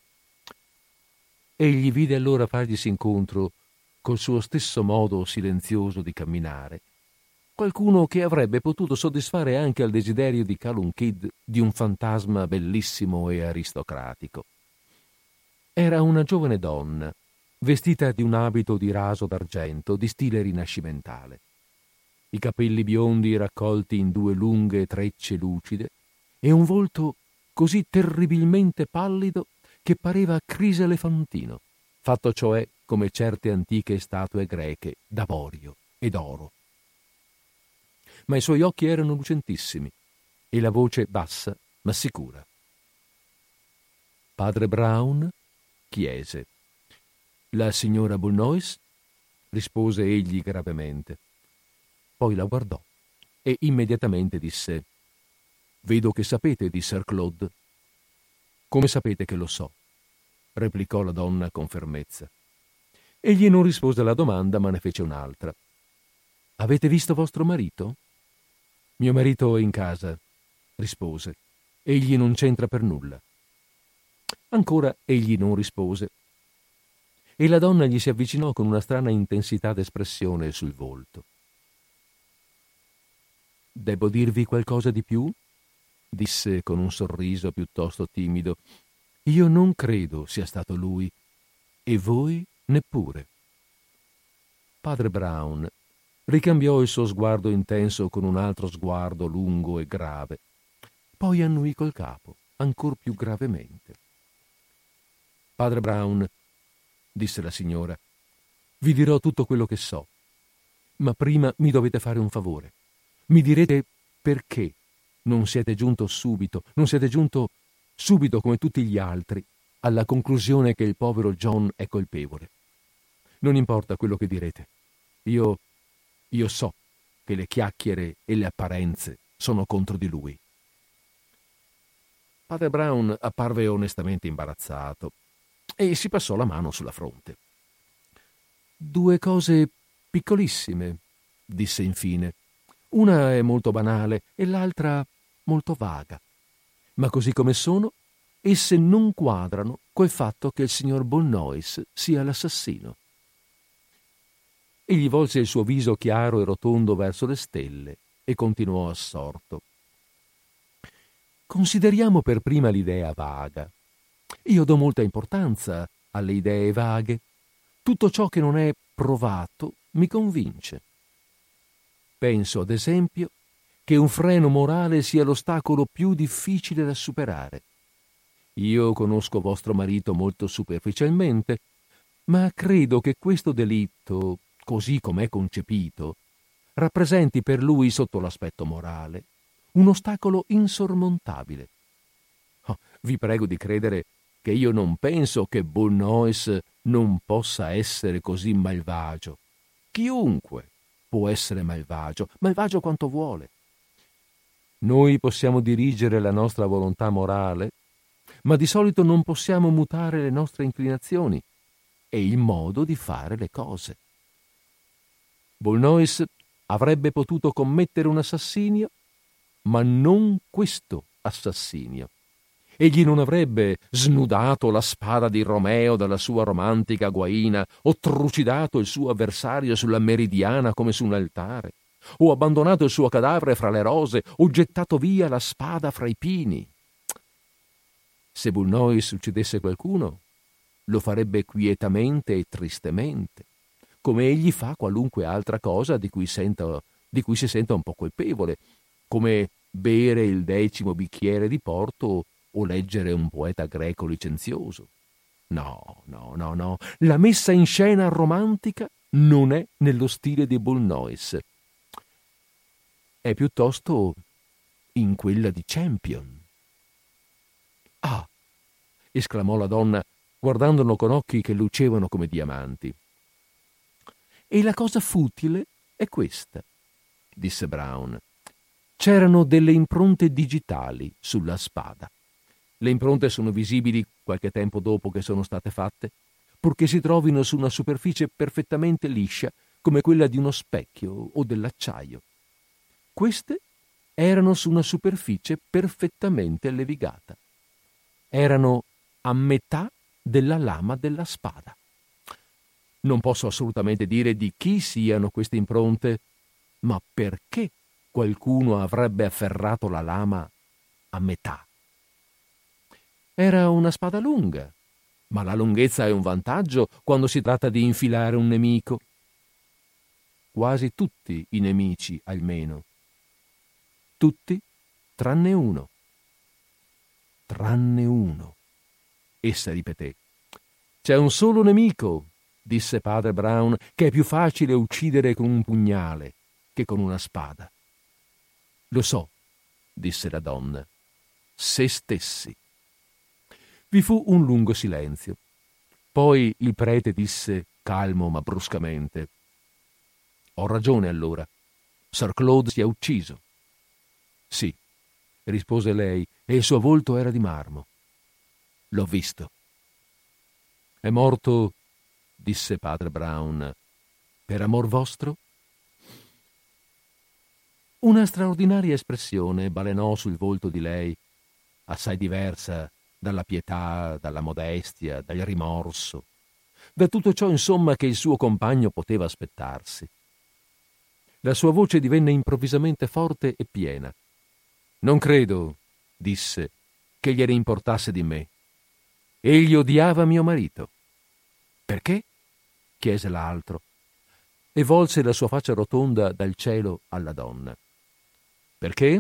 Egli vide allora farglisi incontro, col suo stesso modo silenzioso di camminare, qualcuno che avrebbe potuto soddisfare anche al desiderio di Calum Kidd di un fantasma bellissimo e aristocratico. Era una giovane donna, vestita di un abito di raso d'argento di stile rinascimentale. I capelli biondi raccolti in due lunghe trecce lucide e un volto così terribilmente pallido che pareva criselefantino, fatto cioè come certe antiche statue greche d'avorio ed oro. Ma i suoi occhi erano lucentissimi e la voce bassa ma sicura. Padre Brown? Chiese. La signora Boulnois? Rispose egli gravemente. Poi la guardò e immediatamente disse: «Vedo che sapete di Sir Claude». «Come sapete che lo so?» replicò la donna con fermezza. Egli non rispose alla domanda, ma ne fece un'altra. «Avete visto vostro marito?» Mio marito è in casa, rispose. Egli non c'entra per nulla. Ancora egli non rispose. E la donna gli si avvicinò con una strana intensità d'espressione sul volto. Debbo dirvi qualcosa di più? Disse con un sorriso piuttosto timido. Io non credo sia stato lui, e voi neppure. Padre Brown ricambiò il suo sguardo intenso con un altro sguardo lungo e grave, poi annui col capo, ancor più gravemente. Padre Brown, disse la signora, vi dirò tutto quello che so, ma prima mi dovete fare un favore. Mi direte perché non siete giunto subito, non siete giunto subito come tutti gli altri alla conclusione che il povero John è colpevole. Non importa quello che direte. Io, io so che le chiacchiere e le apparenze sono contro di lui. Padre Brown apparve onestamente imbarazzato e si passò la mano sulla fronte. Due cose piccolissime, disse infine. Una è molto banale e l'altra molto vaga, ma così come sono, esse non quadrano col fatto che il signor Boulnois sia l'assassino. Egli volse il suo viso chiaro e rotondo verso le stelle e continuò assorto. Consideriamo per prima l'idea vaga. Io do molta importanza alle idee vaghe. Tutto ciò che non è provato mi convince. Penso, ad esempio, che un freno morale sia l'ostacolo più difficile da superare. Io conosco vostro marito molto superficialmente, ma credo che questo delitto, così com'è concepito, rappresenti per lui, sotto l'aspetto morale, un ostacolo insormontabile. Oh, vi prego di credere che io non penso che Boulnois non possa essere così malvagio. Chiunque può essere malvagio, malvagio quanto vuole. Noi possiamo dirigere la nostra volontà morale, ma di solito non possiamo mutare le nostre inclinazioni e il modo di fare le cose. Boulnois avrebbe potuto commettere un assassinio, ma non questo assassinio. Egli non avrebbe snudato la spada di Romeo dalla sua romantica guaina o trucidato il suo avversario sulla meridiana come su un altare, o abbandonato il suo cadavere fra le rose o gettato via la spada fra i pini. Se Boulnois uccidesse qualcuno, lo farebbe quietamente e tristemente, come egli fa qualunque altra cosa di cui, senta, di cui si senta un po' colpevole, come bere il decimo bicchiere di porto o leggere un poeta greco licenzioso. No, no, no, no. La messa in scena romantica non è nello stile di Boulnois. È piuttosto in quella di Champion. Ah! Esclamò la donna, guardandolo con occhi che lucevano come diamanti. E la cosa futile è questa, disse Brown. C'erano delle impronte digitali sulla spada. Le impronte sono visibili qualche tempo dopo che sono state fatte, purché si trovino su una superficie perfettamente liscia come quella di uno specchio o dell'acciaio. Queste erano su una superficie perfettamente levigata. Erano a metà della lama della spada. Non posso assolutamente dire di chi siano queste impronte, ma perché qualcuno avrebbe afferrato la lama a metà? Era una spada lunga, ma la lunghezza è un vantaggio quando si tratta di infilare un nemico. Quasi tutti i nemici, almeno. Tutti tranne uno. Tranne uno. Essa ripeté. C'è un solo nemico, disse padre Brown, che è più facile uccidere con un pugnale che con una spada. Lo so, disse la donna. Se stessi. Vi fu un lungo silenzio. Poi il prete disse, calmo ma bruscamente: ho ragione allora. Sir Claude si è ucciso. Sì, rispose lei, e il suo volto era di marmo. L'ho visto. È morto, disse padre Brown, per amor vostro? Una straordinaria espressione balenò sul volto di lei, assai diversa dalla pietà, dalla modestia, dal rimorso, da tutto ciò, insomma, che il suo compagno poteva aspettarsi. La sua voce divenne improvvisamente forte e piena. «Non credo», disse, «che gliene importasse di me. Egli odiava mio marito». «Perché?» chiese l'altro, e volse la sua faccia rotonda dal cielo alla donna. «Perché?»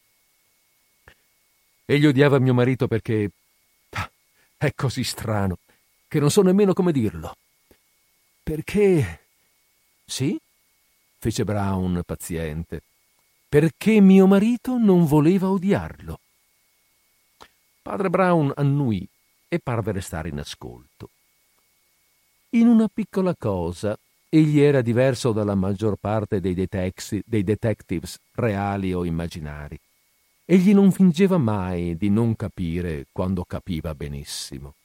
«Egli odiava mio marito perché... Ah, è così strano che non so nemmeno come dirlo. Perché...» «Sì?» fece Brown paziente. «Perché mio marito non voleva odiarlo». Padre Brown annui e parve restare in ascolto. In una piccola cosa egli era diverso dalla maggior parte dei, detecti- dei detectives reali o immaginari. Egli non fingeva mai di non capire quando capiva benissimo.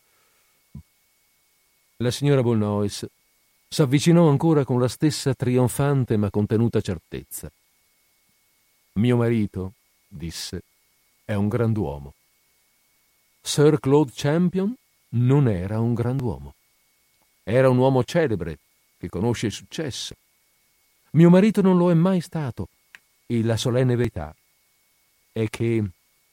La signora Boulnois s'avvicinò ancora con la stessa trionfante ma contenuta certezza. «Mio marito», disse, «è un grand'uomo. Sir Claude Champion non era un grand'uomo. Era un uomo celebre che conosce il successo. Mio marito non lo è mai stato, e la solenne verità è che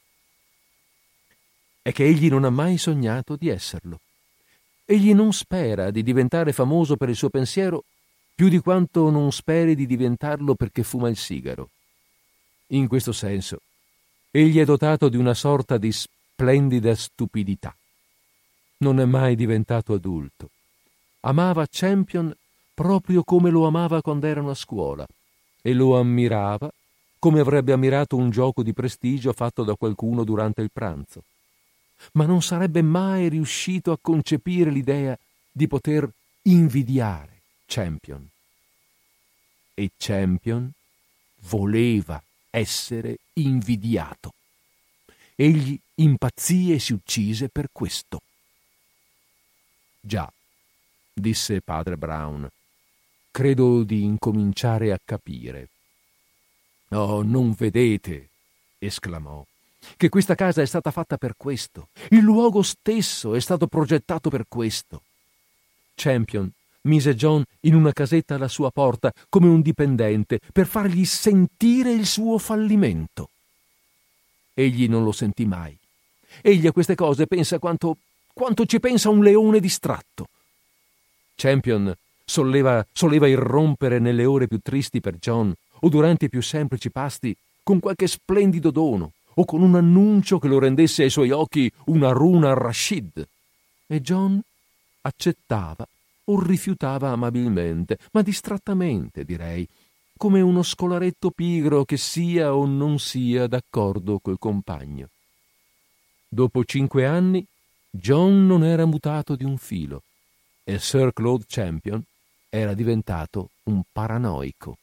è che egli non ha mai sognato di esserlo. Egli non spera di diventare famoso per il suo pensiero più di quanto non speri di diventarlo perché fuma il sigaro. In questo senso, egli è dotato di una sorta di splendida stupidità. Non è mai diventato adulto. Amava Champion proprio come lo amava quando erano a scuola e lo ammirava come avrebbe ammirato un gioco di prestigio fatto da qualcuno durante il pranzo. Ma non sarebbe mai riuscito a concepire l'idea di poter invidiare Champion. E Champion voleva essere invidiato. Egli impazzì e si uccise per questo. «Già», disse padre Brown, «credo di incominciare a capire». «Oh, non vedete», esclamò, «che questa casa è stata fatta per questo. Il luogo stesso è stato progettato per questo». Champion mise John in una casetta alla sua porta come un dipendente per fargli sentire il suo fallimento. Egli non lo sentì mai. Egli a queste cose pensa quanto, quanto ci pensa un leone distratto. Champion soleva, soleva irrompere nelle ore più tristi per John o durante i più semplici pasti con qualche splendido dono o con un annuncio che lo rendesse ai suoi occhi una Harun al-Rashid. E John accettava o rifiutava amabilmente, ma distrattamente, direi, come uno scolaretto pigro che sia o non sia d'accordo col compagno. Dopo cinque anni John non era mutato di un filo e Sir Claude Champion era diventato un paranoico.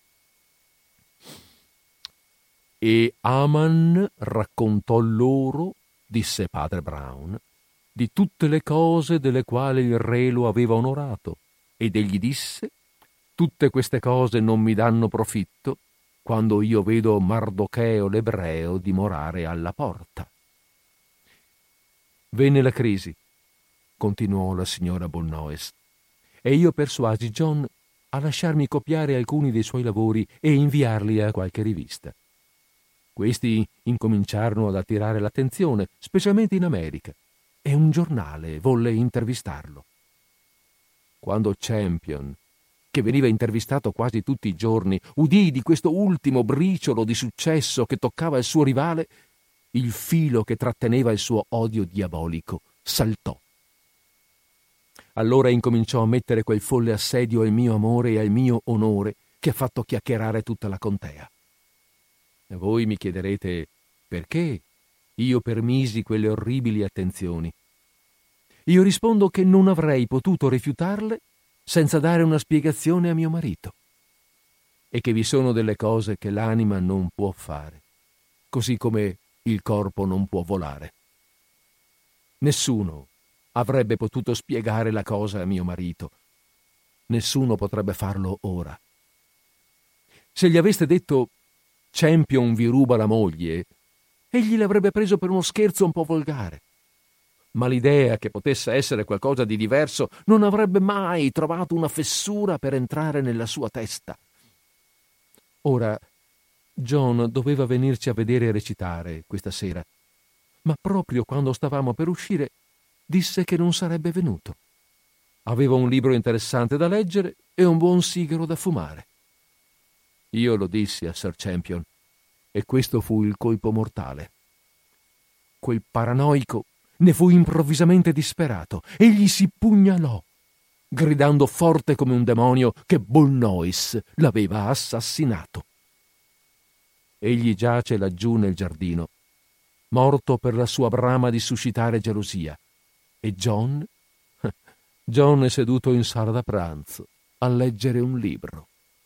E Aman raccontò loro, disse padre Brown, di tutte le cose delle quali il re lo aveva onorato, ed egli disse: tutte queste cose non mi danno profitto quando io vedo Mardocheo l'ebreo dimorare alla porta. Venne la crisi, continuò la signora Boulnois, e io persuasi John a lasciarmi copiare alcuni dei suoi lavori e inviarli a qualche rivista. Questi incominciarono ad attirare l'attenzione, specialmente in America, e un giornale volle intervistarlo. Quando Champion, che veniva intervistato quasi tutti i giorni, udì di questo ultimo briciolo di successo che toccava il suo rivale, il filo che tratteneva il suo odio diabolico saltò. Allora incominciò a mettere quel folle assedio al mio amore e al mio onore che ha fatto chiacchierare tutta la contea. E voi mi chiederete perché io permisi quelle orribili attenzioni. Io rispondo che non avrei potuto rifiutarle senza dare una spiegazione a mio marito, e che vi sono delle cose che l'anima non può fare, così come il corpo non può volare. Nessuno avrebbe potuto spiegare la cosa a mio marito. Nessuno potrebbe farlo ora. Se gli aveste detto Champion vi ruba la moglie, egli l'avrebbe preso per uno scherzo un po' volgare. Ma l'idea che potesse essere qualcosa di diverso non avrebbe mai trovato una fessura per entrare nella sua testa. Ora, John doveva venirci a vedere recitare questa sera, ma proprio quando stavamo per uscire disse che non sarebbe venuto. Aveva un libro interessante da leggere e un buon sigaro da fumare. Io lo dissi a Sir Champion e questo fu il colpo mortale. Quel paranoico ne fu improvvisamente disperato. Egli si pugnalò, gridando forte come un demonio che Bull Noyce l'aveva assassinato. Egli giace laggiù nel giardino, morto per la sua brama di suscitare gelosia, e John, John è seduto in sala da pranzo a leggere un libro.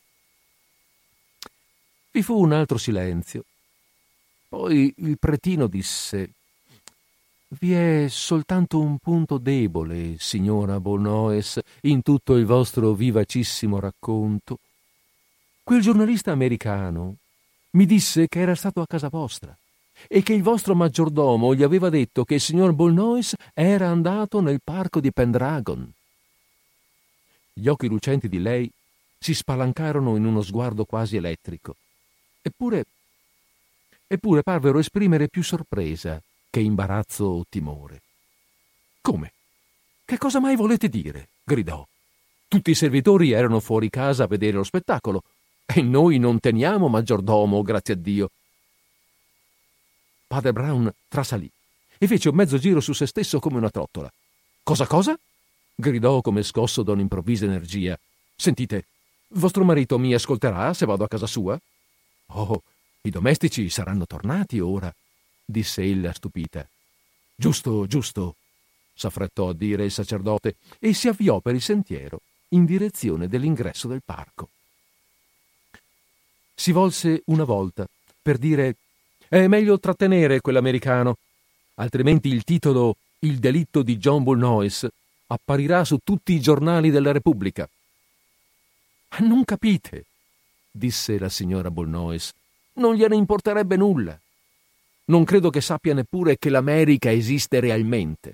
Vi fu un altro silenzio. Poi il pretino disse: «Vi è soltanto un punto debole, signora Bull Noyce, in tutto il vostro vivacissimo racconto. Quel giornalista americano mi disse che era stato a casa vostra e che il vostro maggiordomo gli aveva detto che il signor Bull Noyce era andato nel parco di Pendragon». Gli occhi lucenti di lei si spalancarono in uno sguardo quasi elettrico. Eppure, eppure parvero esprimere più sorpresa che imbarazzo o timore. «Come? Che cosa mai volete dire?» gridò. «Tutti i servitori erano fuori casa a vedere lo spettacolo e noi non teniamo maggiordomo, grazie a Dio». Padre Brown trasalì e fece un mezzo giro su se stesso come una trottola. «Cosa cosa?» gridò come scosso da un'improvvisa energia. «Sentite, vostro marito mi ascolterà se vado a casa sua?» «Oh, i domestici saranno tornati ora», disse ella stupita. «Giusto, giusto», s'affrettò a dire il sacerdote e si avviò per il sentiero in direzione dell'ingresso del parco. Si volse una volta per dire: «È meglio trattenere quell'americano, altrimenti il titolo Il delitto di John Bull Noyce apparirà su tutti i giornali della Repubblica». «Non capite», disse la signora Bull Noyce, «non gliene importerebbe nulla. Non credo che sappia neppure che l'America esiste realmente».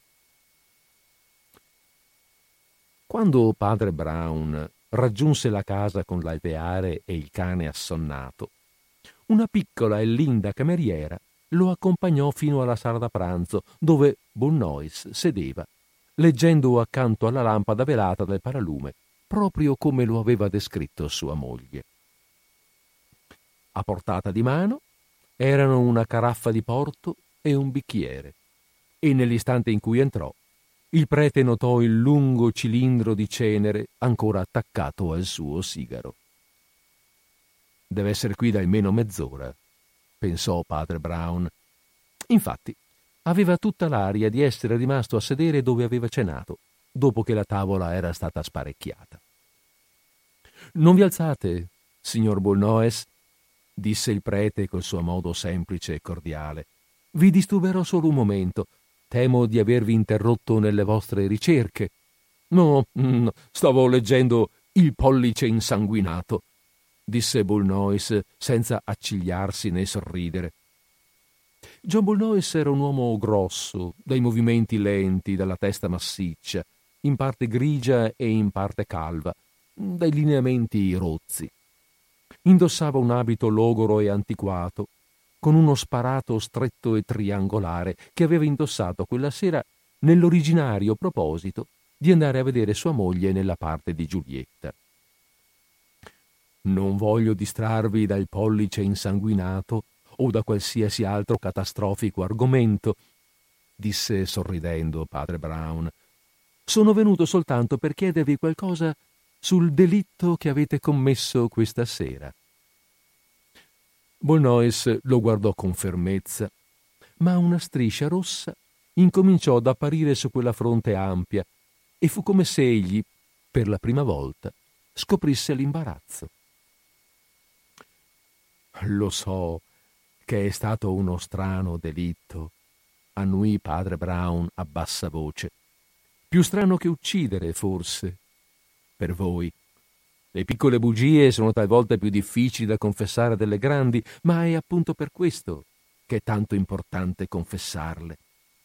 Quando padre Brown raggiunse la casa con l'alveare e il cane assonnato, una piccola e linda cameriera lo accompagnò fino alla sala da pranzo, dove Bull Noyce sedeva, leggendo accanto alla lampada velata del paralume, proprio come lo aveva descritto sua moglie. A portata di mano erano una caraffa di porto e un bicchiere, e nell'istante in cui entrò, il prete notò il lungo cilindro di cenere ancora attaccato al suo sigaro. «Deve essere qui da almeno mezz'ora», pensò padre Brown. Infatti, aveva tutta l'aria di essere rimasto a sedere dove aveva cenato, dopo che la tavola era stata sparecchiata. «Non vi alzate, signor Bull Noyce», disse il prete col suo modo semplice e cordiale. «Vi disturberò solo un momento. Temo di avervi interrotto nelle vostre ricerche». «No, no, stavo leggendo Il pollice insanguinato», disse Bull Noyce senza accigliarsi né sorridere. John Bull Noyce era un uomo grosso, dai movimenti lenti, dalla testa massiccia, in parte grigia e in parte calva, dai lineamenti rozzi. Indossava un abito logoro e antiquato, con uno sparato stretto e triangolare che aveva indossato quella sera nell'originario proposito di andare a vedere sua moglie nella parte di Giulietta. «Non voglio distrarvi dal pollice insanguinato o da qualsiasi altro catastrofico argomento», disse sorridendo padre Brown. «Sono venuto soltanto per chiedervi qualcosa sul delitto che avete commesso questa sera». Bull Noyce lo guardò con fermezza, ma una striscia rossa incominciò ad apparire su quella fronte ampia e fu come se egli, per la prima volta, scoprisse l'imbarazzo. «Lo so che è stato uno strano delitto», annuì padre Brown a bassa voce. «Più strano che uccidere, forse, per voi. Le piccole bugie sono talvolta più difficili da confessare delle grandi, ma è appunto per questo che è tanto importante confessarle.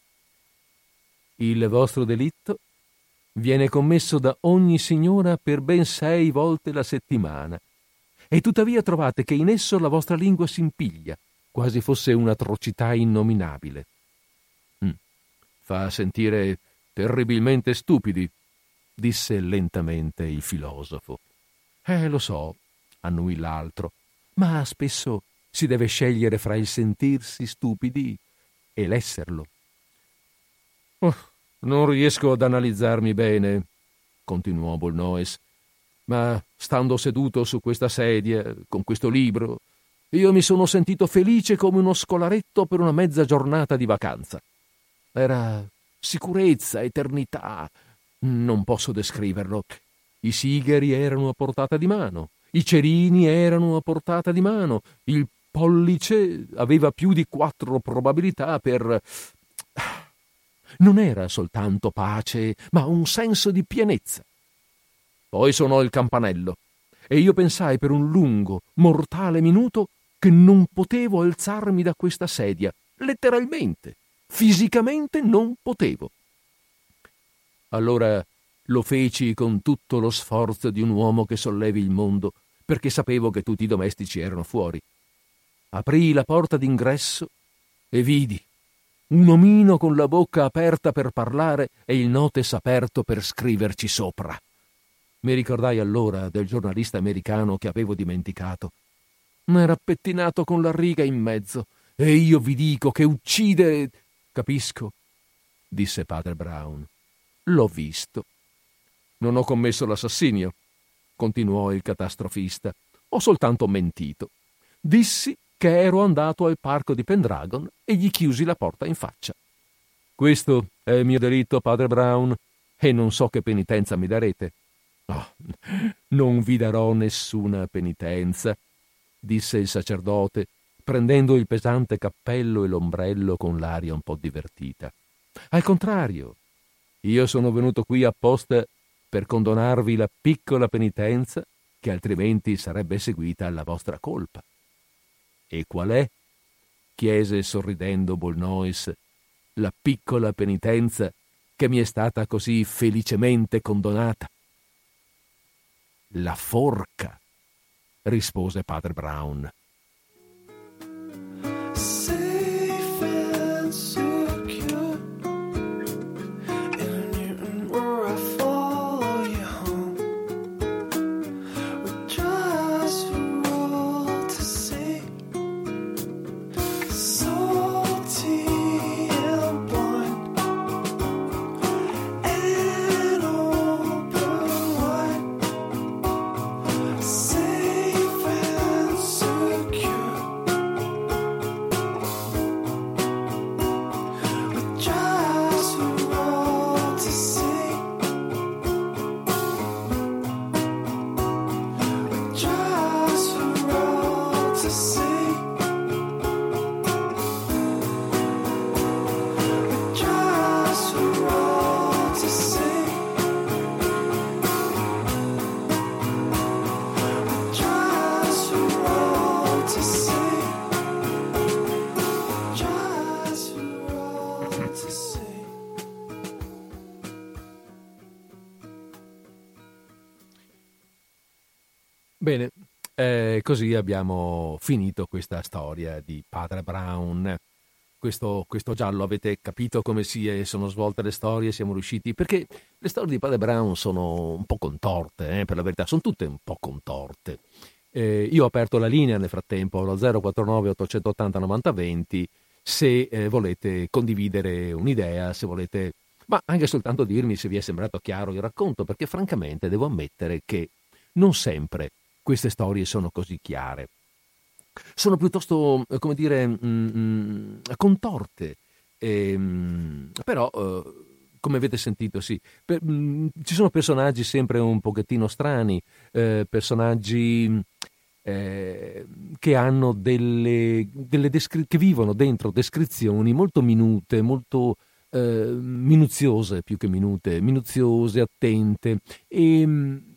Il vostro delitto viene commesso da ogni signora per ben sei volte la settimana, e tuttavia trovate che in esso la vostra lingua si impiglia, quasi fosse un'atrocità innominabile. Mm. Fa sentire terribilmente stupidi, disse lentamente il filosofo. Eh, lo so, annui l'altro, ma spesso si deve scegliere fra il sentirsi stupidi e l'esserlo. Oh, non riesco ad analizzarmi bene, continuò Bolnoes, ma stando seduto su questa sedia, con questo libro, io mi sono sentito felice come uno scolaretto per una mezza giornata di vacanza. Era sicurezza, eternità, non posso descriverlo. I sigari erano a portata di mano, i cerini erano a portata di mano, il pollice aveva più di quattro probabilità per... Non era soltanto pace, ma un senso di pienezza. Poi suonò il campanello e io pensai per un lungo, mortale minuto che non potevo alzarmi da questa sedia, letteralmente, fisicamente non potevo. Allora lo feci con tutto lo sforzo di un uomo che sollevi il mondo, perché sapevo che tutti i domestici erano fuori. Aprii la porta d'ingresso e vidi un omino con la bocca aperta per parlare e il notes aperto per scriverci sopra. Mi ricordai allora del giornalista americano che avevo dimenticato. Era pettinato con la riga in mezzo e io vi dico che uccidere... Capisco, disse padre Brown. L'ho visto. Non ho commesso l'assassinio, continuò il catastrofista. Ho soltanto mentito. Dissi che ero andato al parco di Pendragon e gli chiusi la porta in faccia. Questo è il mio delitto, padre Brown, e non so che penitenza mi darete. Oh, non vi darò nessuna penitenza, disse il sacerdote, prendendo il pesante cappello e l'ombrello con l'aria un po' divertita. Al contrario, io sono venuto qui apposta per condonarvi la piccola penitenza che altrimenti sarebbe seguita alla vostra colpa. E qual è? Chiese sorridendo Bolnoes, la piccola penitenza che mi è stata così felicemente condonata. La forca, rispose padre Brown. Safe and secure in Newton, where I follow you home. We just rolled to sea, salty and blind, and open wide. Safe and secure. Just rolled to sea. Just rolled to sea. Just rolled to sea. Just rolled to sea. Just rolled to sea. Bene, eh, così abbiamo finito questa storia di padre Brown. Questo, questo giallo, avete capito come si sono svolte le storie, siamo riusciti, perché le storie di padre Brown sono un po' contorte, eh, per la verità, sono tutte un po' contorte. Eh, io ho aperto la linea nel frattempo, allo zero quattro nove otto otto zero novanta venti, se eh, volete condividere un'idea, se volete, ma anche soltanto dirmi se vi è sembrato chiaro il racconto, perché francamente devo ammettere che non sempre queste storie sono così chiare. Sono piuttosto, come dire, mh, mh, contorte, e, mh, però, eh, come avete sentito, sì, per, mh, ci sono personaggi sempre un pochettino strani, eh, personaggi eh, che hanno delle, delle descri- che vivono dentro descrizioni molto minute, molto eh, minuziose, più che minute, minuziose, attente, e mh,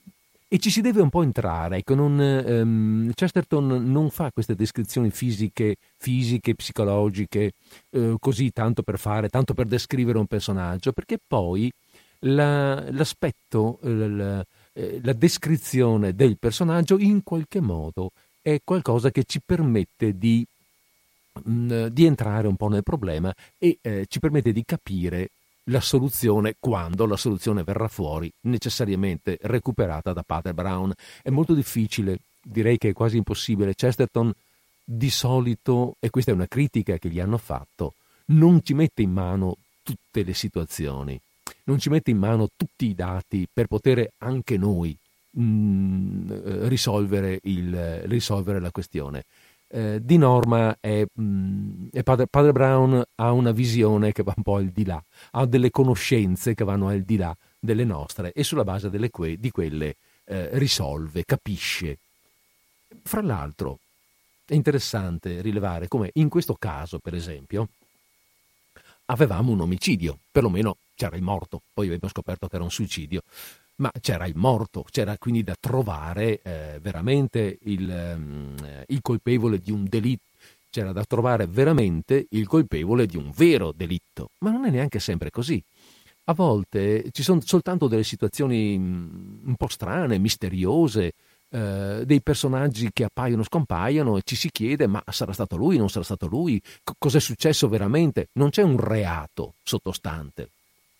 e ci si deve un po' entrare. Ecco, non, ehm, Chesterton non fa queste descrizioni fisiche, fisiche, psicologiche, eh, così tanto per fare, tanto per descrivere un personaggio, perché poi la, l'aspetto, la, la descrizione del personaggio in qualche modo è qualcosa che ci permette di, mh, di entrare un po' nel problema e eh, ci permette di capire la soluzione quando la soluzione verrà fuori, necessariamente recuperata da Padre Brown. È molto difficile, direi che è quasi impossibile. Chesterton di solito, e questa è una critica che gli hanno fatto, non ci mette in mano tutte le situazioni, non ci mette in mano tutti i dati per poter anche noi mh, risolvere, il, risolvere la questione. Eh, di norma è, mh, è padre, padre Brown ha una visione che va un po' al di là, ha delle conoscenze che vanno al di là delle nostre e sulla base delle que- di quelle eh, risolve, capisce. Fra l'altro è interessante rilevare come in questo caso, per esempio, avevamo un omicidio, perlomeno c'era il morto, poi abbiamo scoperto che era un suicidio, ma c'era il morto, c'era quindi da trovare eh, veramente il, um, il colpevole di un delitto, c'era da trovare veramente il colpevole di un vero delitto, ma non è neanche sempre così. A volte ci sono soltanto delle situazioni un po' strane, misteriose, eh, dei personaggi che appaiono, scompaiono e ci si chiede ma sarà stato lui, non sarà stato lui, C- cos'è successo veramente? Non c'è un reato sottostante.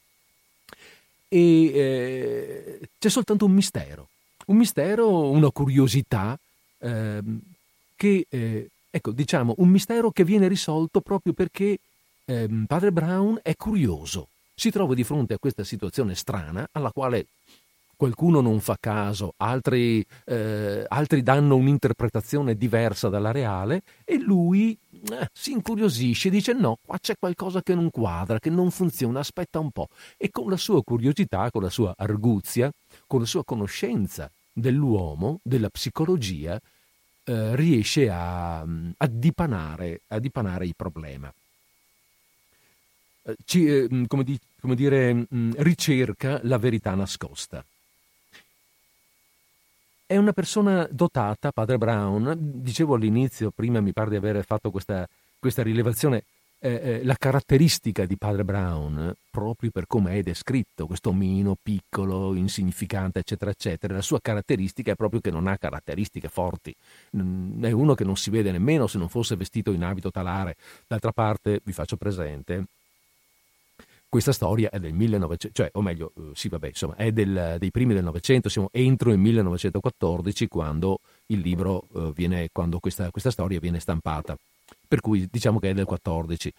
E eh, c'è soltanto un mistero, un mistero, una curiosità eh, che, eh, ecco, diciamo, un mistero che viene risolto proprio perché eh, Padre Brown è curioso, si trova di fronte a questa situazione strana alla quale qualcuno non fa caso, altri, eh, altri danno un'interpretazione diversa dalla reale e lui eh, si incuriosisce, dice no, qua c'è qualcosa che non quadra, che non funziona, aspetta un po'. E con la sua curiosità, con la sua arguzia, con la sua conoscenza dell'uomo, della psicologia, eh, riesce a, a, dipanare, a dipanare il problema. Ci, eh, come, di, come dire, mh, ricerca la verità nascosta. È una persona dotata, Padre Brown, dicevo all'inizio, prima mi pare di aver fatto questa, questa rilevazione, eh, eh, la caratteristica di Padre Brown, proprio per come è descritto, questo omino piccolo, insignificante, eccetera, eccetera, la sua caratteristica è proprio che non ha caratteristiche forti, mm, è uno che non si vede nemmeno se non fosse vestito in abito talare. D'altra parte, vi faccio presente, questa storia è del millenovecento, cioè, o meglio, eh, sì, vabbè, insomma, è del, dei primi del Novecento, siamo entro il millenovecentoquattordici quando il libro eh, viene, quando questa, questa storia viene stampata. Per cui diciamo che è del quattordici.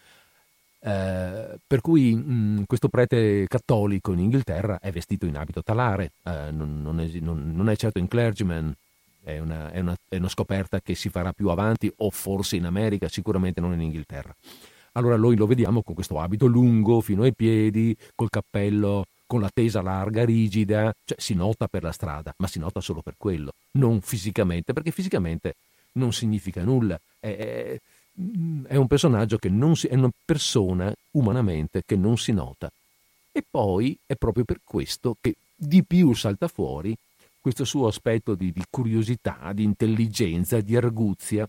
Eh, per cui mh, questo prete cattolico in Inghilterra è vestito in abito talare, eh, non, non, è, non, non è certo in clergyman, è una, è, una, è una scoperta che si farà più avanti, o forse in America, sicuramente non in Inghilterra. Allora noi lo vediamo con questo abito lungo fino ai piedi, col cappello, con la tesa larga, rigida, cioè si nota per la strada, ma si nota solo per quello, non fisicamente, perché fisicamente non significa nulla. È, è, è un personaggio che non si, è una persona umanamente che non si nota. E poi è proprio per questo che di più salta fuori questo suo aspetto di, di curiosità, di intelligenza, di arguzia,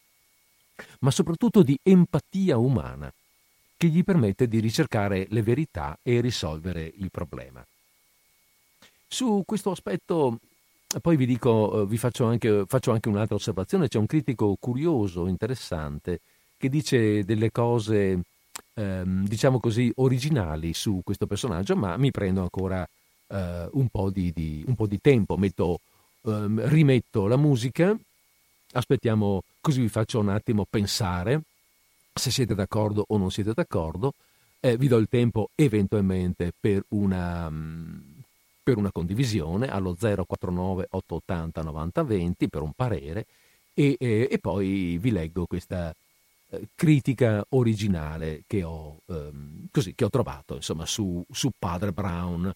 ma soprattutto di empatia umana, che gli permette di ricercare le verità e risolvere il problema. Su questo aspetto, poi vi dico, vi faccio anche, faccio anche un'altra osservazione. C'è un critico curioso, interessante, che dice delle cose, ehm, diciamo così, originali su questo personaggio, ma mi prendo ancora eh, un po' di, di, un po' di tempo, metto, ehm, rimetto la musica. Aspettiamo, così vi faccio un attimo pensare se siete d'accordo o non siete d'accordo, eh, vi do il tempo eventualmente per una, per una condivisione allo zero quattro nove otto otto zero nove zero due zero per un parere e, e, e poi vi leggo questa eh, critica originale che ho, ehm, così, che ho trovato insomma su, su Padre Brown.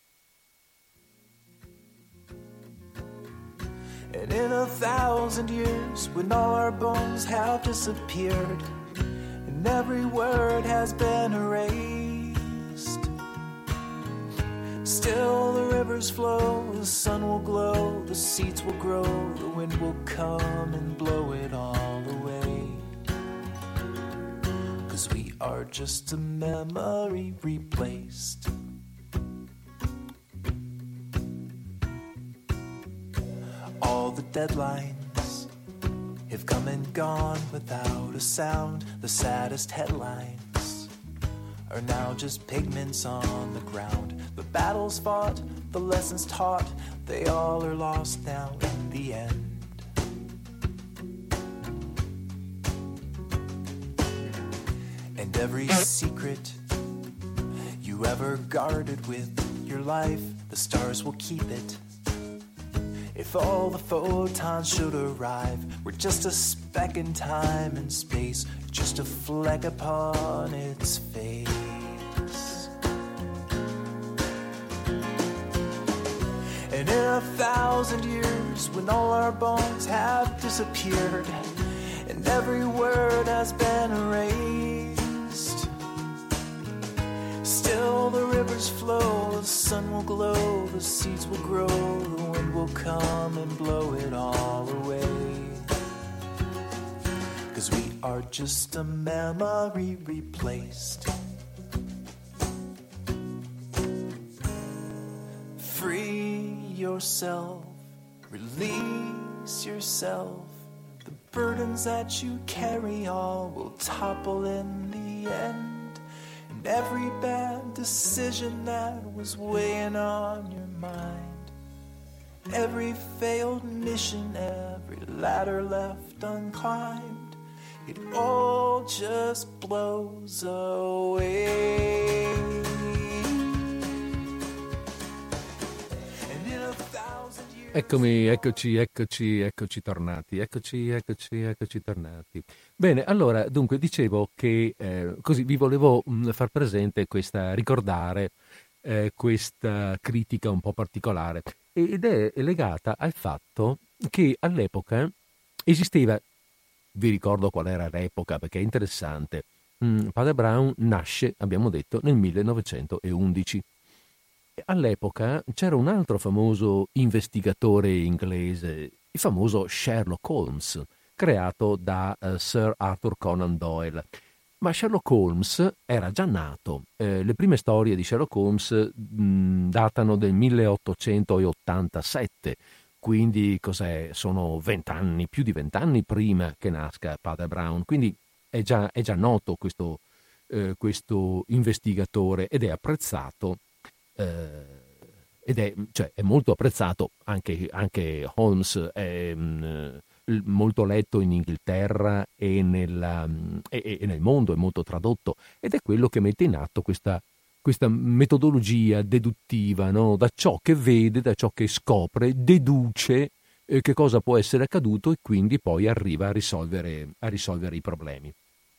And in a thousand years, when all our bones have disappeared, and every word has been erased, still the river rivers flow, the sun will glow, the seeds will grow, the wind will come and blow it all away. 'Cause we are just a memory replaced. All the deadlines have come and gone without a sound. The saddest headlines are now just pigments on the ground. The battles fought, the lessons taught, they all are lost now in the end. And every secret you ever guarded with your life, the stars will keep it. If all the photons should arrive, we're just a speck in time and space, just a fleck upon its face. And in a thousand years, when all our bones have disappeared and every word has been erased, still the rivers flow, the sun will glow, the seeds will grow, the wind will come and blow it all away. 'Cause we are just a memory replaced. Free yourself, release yourself. The burdens that you carry all will topple in the end. And every bad decision that was weighing on your mind, every failed mission, every ladder left unclimbed, it all just blows away. Eccomi, eccoci, eccoci, eccoci tornati, eccoci, eccoci, eccoci tornati. Bene, allora, dunque, dicevo che eh, così vi volevo mh, far presente questa, ricordare eh, questa critica un po' particolare, ed è legata al fatto che all'epoca esisteva, vi ricordo qual era l'epoca perché è interessante, mh, Padre Brown nasce, abbiamo detto, nel millenovecentoundici. All'epoca c'era un altro famoso investigatore inglese, il famoso Sherlock Holmes, creato da uh, Sir Arthur Conan Doyle. Ma Sherlock Holmes era già nato. Eh, le prime storie di Sherlock Holmes mh, datano del milleottocentottantasette, quindi cos'è? Sono vent'anni, più di vent'anni prima che nasca Padre Brown. Quindi è già, è già noto questo, eh, questo investigatore ed è apprezzato. Uh, ed è, cioè, è molto apprezzato, anche, anche Holmes è mh, molto letto in Inghilterra e, nella, mh, e, e nel mondo, è molto tradotto, ed è quello che mette in atto questa, questa metodologia deduttiva, no? Da ciò che vede, da ciò che scopre, deduce eh, che cosa può essere accaduto e quindi poi arriva a risolvere, a risolvere i problemi.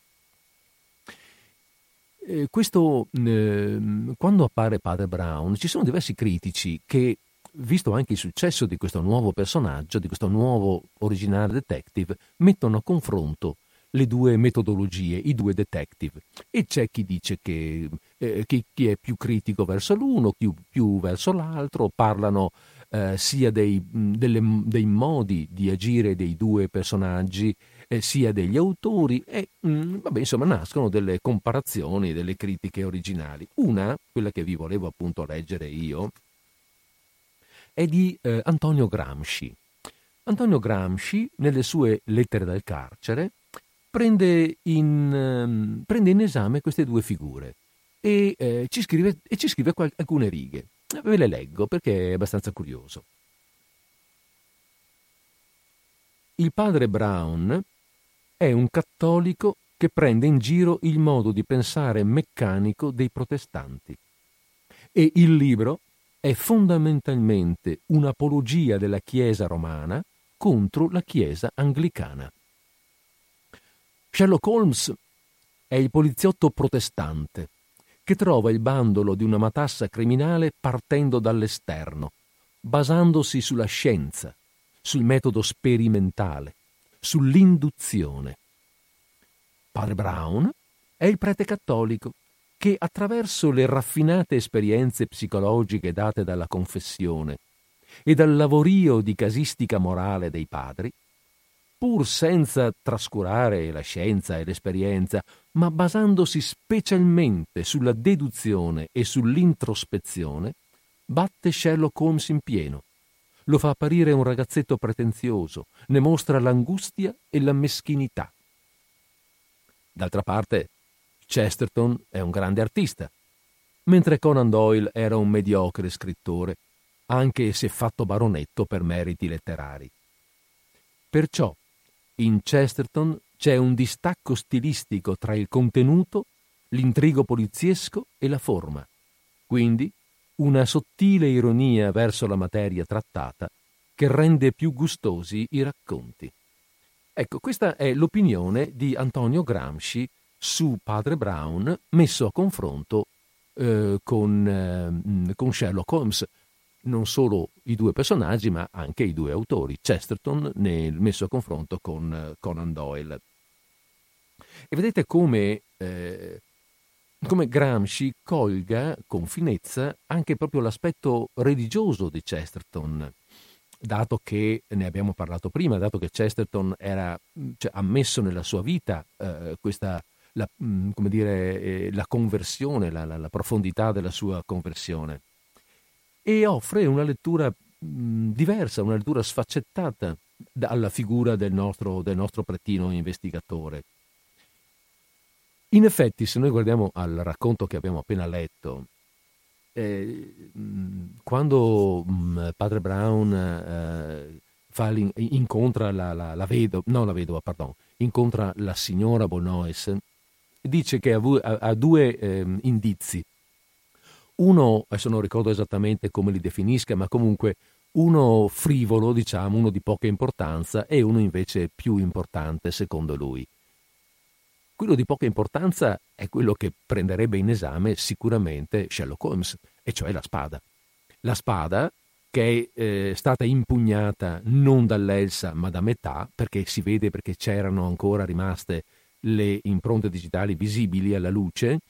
Eh, questo, eh, quando appare Padre Brown, ci sono diversi critici che, visto anche il successo di questo nuovo personaggio, di questo nuovo originale detective, mettono a confronto le due metodologie, i due detective. E c'è chi dice che eh, chi, chi è più critico verso l'uno, più, più verso l'altro, parlano eh, sia dei, delle, dei modi di agire dei due personaggi, Eh, sia degli autori e mh, vabbè, insomma, nascono delle comparazioni, delle critiche originali. Una, quella che vi volevo appunto leggere io, è di eh, Antonio Gramsci. Antonio Gramsci, nelle sue lettere dal carcere, prende in, um, prende in esame queste due figure e, eh, ci scrive, e ci scrive qual- alcune righe. Ve le leggo perché è abbastanza curioso. Il padre Brown è un cattolico che prende in giro il modo di pensare meccanico dei protestanti. E il libro è fondamentalmente un'apologia della Chiesa romana contro la Chiesa anglicana. Sherlock Holmes è il poliziotto protestante che trova il bandolo di una matassa criminale partendo dall'esterno, basandosi sulla scienza, sul metodo sperimentale, sull'induzione. Padre Brown è il prete cattolico che attraverso le raffinate esperienze psicologiche date dalla confessione e dal lavorio di casistica morale dei padri, pur senza trascurare la scienza e l'esperienza, ma basandosi specialmente sulla deduzione e sull'introspezione, batte Sherlock Holmes in pieno. Lo fa apparire un ragazzetto pretenzioso, ne mostra l'angustia e la meschinità. D'altra parte, Chesterton è un grande artista, mentre Conan Doyle era un mediocre scrittore, anche se fatto baronetto per meriti letterari. Perciò, in Chesterton c'è un distacco stilistico tra il contenuto, l'intrigo poliziesco e la forma, quindi una sottile ironia verso la materia trattata che rende più gustosi i racconti. Ecco, questa è l'opinione di Antonio Gramsci su Padre Brown messo a confronto eh, con, eh, con Sherlock Holmes. Non solo i due personaggi, ma anche i due autori, Chesterton nel messo a confronto con uh, Conan Doyle. E vedete come, eh, come Gramsci colga con finezza anche proprio l'aspetto religioso di Chesterton, dato che ne abbiamo parlato prima, dato che Chesterton era, cioè, ammesso nella sua vita eh, questa, la, mh, come dire, eh, la conversione, la, la, la profondità della sua conversione. E offre una lettura mh, diversa, una lettura sfaccettata alla figura del nostro, del nostro pretino investigatore. In effetti, se noi guardiamo al racconto che abbiamo appena letto, eh, mh, quando mh, Padre Brown eh, fa incontra la, la, la vedova, no la vedova, pardon, incontra la signora Bonois, dice che ha, ha, ha due eh, indizi. Uno, adesso non ricordo esattamente come li definisca, ma comunque uno frivolo, diciamo, uno di poca importanza e uno invece più importante secondo lui. Quello di poca importanza è quello che prenderebbe in esame sicuramente Sherlock Holmes, e cioè la spada. La spada che è eh, stata impugnata non dall'Elsa ma da metà, perché si vede perché c'erano ancora rimaste le impronte digitali visibili alla luce.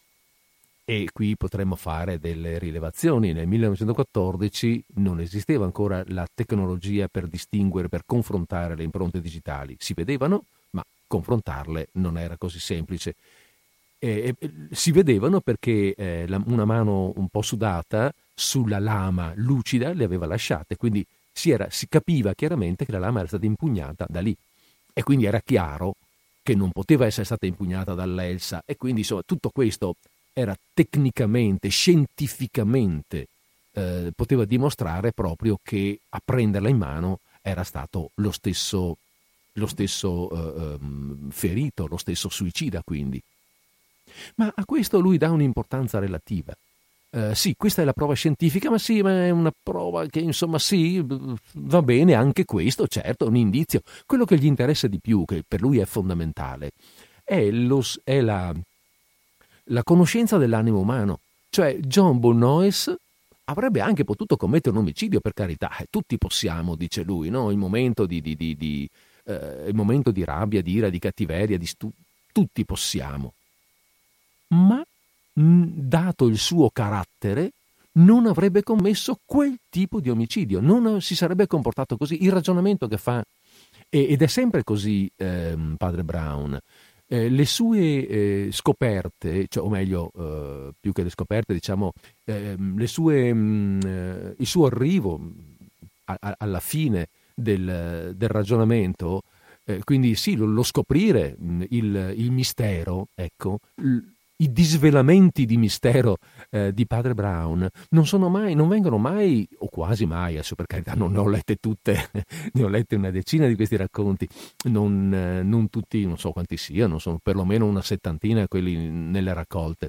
E qui potremmo fare delle rilevazioni. Nel millenovecentoquattordici non esisteva ancora la tecnologia per distinguere, per confrontare le impronte digitali. Si vedevano, ma confrontarle non era così semplice. E, e, si vedevano perché eh, la, una mano un po' sudata sulla lama lucida le aveva lasciate, quindi si, era, si capiva chiaramente che la lama era stata impugnata da lì. E quindi era chiaro che non poteva essere stata impugnata dall'Elsa. E quindi insomma tutto questo era tecnicamente, scientificamente, eh, poteva dimostrare proprio che a prenderla in mano era stato lo stesso, lo stesso eh, ferito, lo stesso suicida quindi. Ma a questo lui dà un'importanza relativa. Eh, sì, questa è la prova scientifica, ma sì, ma è una prova che insomma sì, va bene anche questo, certo, è un indizio. Quello che gli interessa di più, che per lui è fondamentale, è, lo, è la... la conoscenza dell'animo umano. Cioè John Bonois avrebbe anche potuto commettere un omicidio, per carità, eh, tutti possiamo, dice lui, no? Il momento di, di, di, di eh, il momento di rabbia, di ira, di cattiveria, di stu- tutti possiamo. Ma mh, dato il suo carattere non avrebbe commesso quel tipo di omicidio, non si sarebbe comportato così. Il ragionamento che fa, e, ed è sempre così eh, Padre Brown, Eh, le sue eh, scoperte, cioè, o meglio, eh, più che le scoperte, diciamo, eh, le sue, mh, eh, il suo arrivo a, a, alla fine del, del ragionamento, eh, quindi sì, lo, lo scoprire, mh, il, il mistero, ecco, l, i disvelamenti di mistero eh, di Padre Brown non sono mai, non vengono mai, o quasi mai, adesso per carità non ne ho lette tutte, ne ho lette una decina di questi racconti, non, eh, non tutti, non so quanti siano, sono perlomeno una settantina quelli nelle raccolte,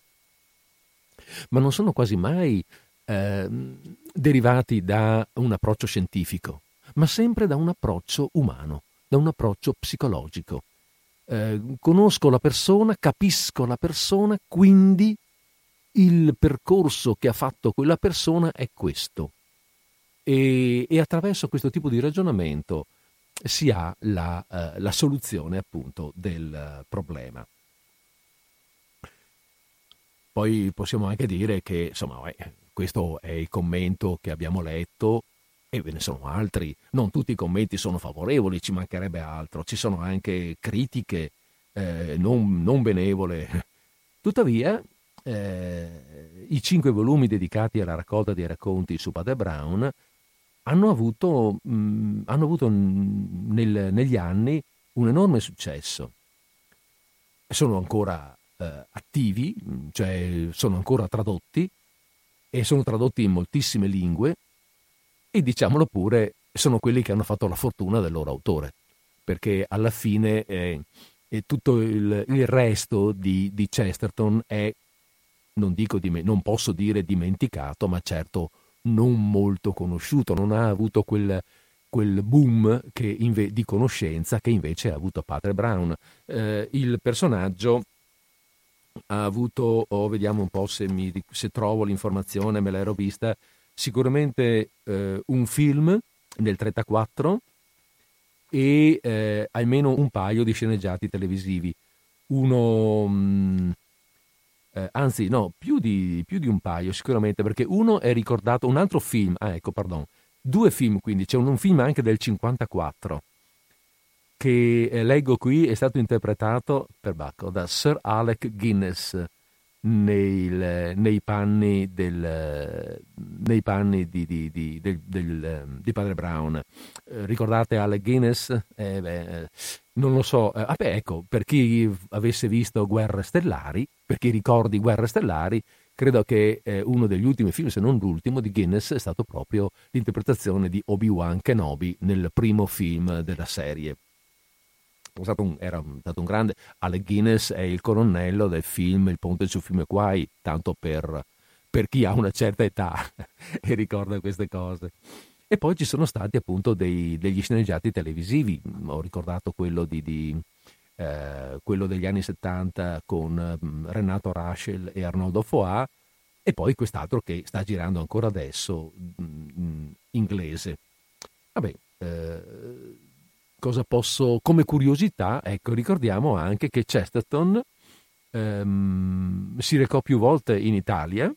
ma non sono quasi mai eh, derivati da un approccio scientifico, ma sempre da un approccio umano, da un approccio psicologico. Eh, conosco la persona, capisco la persona, quindi il percorso che ha fatto quella persona è questo. E, e attraverso questo tipo di ragionamento si ha la, eh, la soluzione appunto del problema. Poi possiamo anche dire che, insomma, eh, questo è il commento che abbiamo letto e ve ne sono altri. Non tutti i commenti sono favorevoli, ci mancherebbe altro. Ci sono anche critiche eh, non, non benevole. Tuttavia, eh, i cinque volumi dedicati alla raccolta dei racconti su Padre Brown hanno avuto, mh, hanno avuto nel, negli anni un enorme successo. Sono ancora eh, attivi, cioè sono ancora tradotti e sono tradotti in moltissime lingue e, diciamolo pure, sono quelli che hanno fatto la fortuna del loro autore, perché alla fine eh, e tutto il, il resto di, di Chesterton è, non dico di me, non posso dire dimenticato, ma certo non molto conosciuto, non ha avuto quel, quel boom che inve- di conoscenza che invece ha avuto Padre Brown. Eh, il personaggio ha avuto, oh, vediamo un po' se, mi, se trovo l'informazione, me l'ero vista, sicuramente eh, un film nel trentaquattro e eh, almeno un paio di sceneggiati televisivi. Uno, mh, eh, anzi no, più di, più di un paio sicuramente, perché uno è ricordato, un altro film, ah ecco, pardon, due film quindi, c'è un, un film anche del cinquantaquattro che eh, leggo qui, è stato interpretato per Bacco da Sir Alec Guinness nei, nei panni del nei panni di, di, di, del, del, di Padre Brown. Eh, ricordate Alec Guinness? Eh, beh, non lo so, eh, vabbè, ecco, per chi avesse visto Guerre Stellari, per chi ricordi Guerre Stellari, credo che eh, uno degli ultimi film, se non l'ultimo, di Guinness è stato proprio l'interpretazione di Obi-Wan Kenobi nel primo film della serie. È stato un, era stato un grande. Alec Guinness è il colonnello del film Il ponte sul fiume Kwai, tanto per, per chi ha una certa età e ricorda queste cose. E poi ci sono stati appunto dei, degli sceneggiati televisivi. Ho ricordato quello di, di eh, quello degli anni settanta con um, Renato Rachel e Arnoldo Foà, e poi quest'altro che sta girando ancora adesso, um, inglese. Vabbè, eh, cosa posso, come curiosità, ecco, ricordiamo anche che Chesterton ehm, si recò più volte in Italia,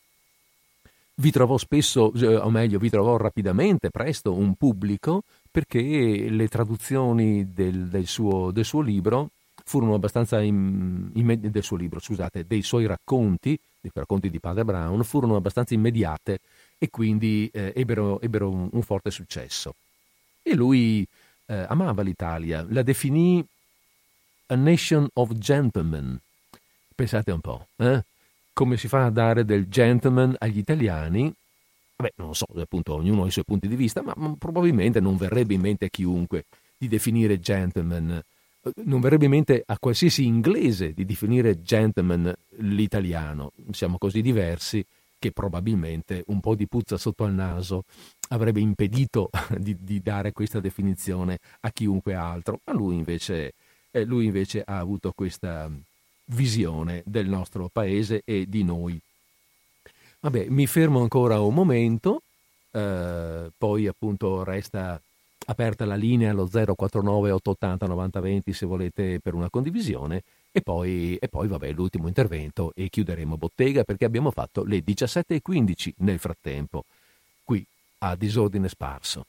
vi trovò spesso, o meglio, vi trovò rapidamente, presto, un pubblico, perché le traduzioni del, del, suo, del suo libro furono abbastanza, in, in, del suo libro, scusate, dei suoi racconti, dei racconti di Padre Brown, furono abbastanza immediate e quindi eh, ebbero, ebbero un, un forte successo. E lui Eh, amava l'Italia, la definì a nation of gentlemen. Pensate un po', eh? Come si fa a dare del gentleman agli italiani? Vabbè, non so, appunto, ognuno ha i suoi punti di vista, ma, ma probabilmente non verrebbe in mente a chiunque di definire gentleman, non verrebbe in mente a qualsiasi inglese di definire gentleman l'italiano. Siamo così diversi che probabilmente un po' di puzza sotto al naso avrebbe impedito di, di dare questa definizione a chiunque altro, ma lui invece, eh, lui invece ha avuto questa visione del nostro paese e di noi. Vabbè, mi fermo ancora un momento, eh, poi appunto resta aperta la linea allo zero quattro nove otto otto zero nove zero due zero se volete per una condivisione. E poi, e poi vabbè, l'ultimo intervento e chiuderemo bottega, perché abbiamo fatto le diciassette e quindici nel frattempo, qui a Disordine Sparso.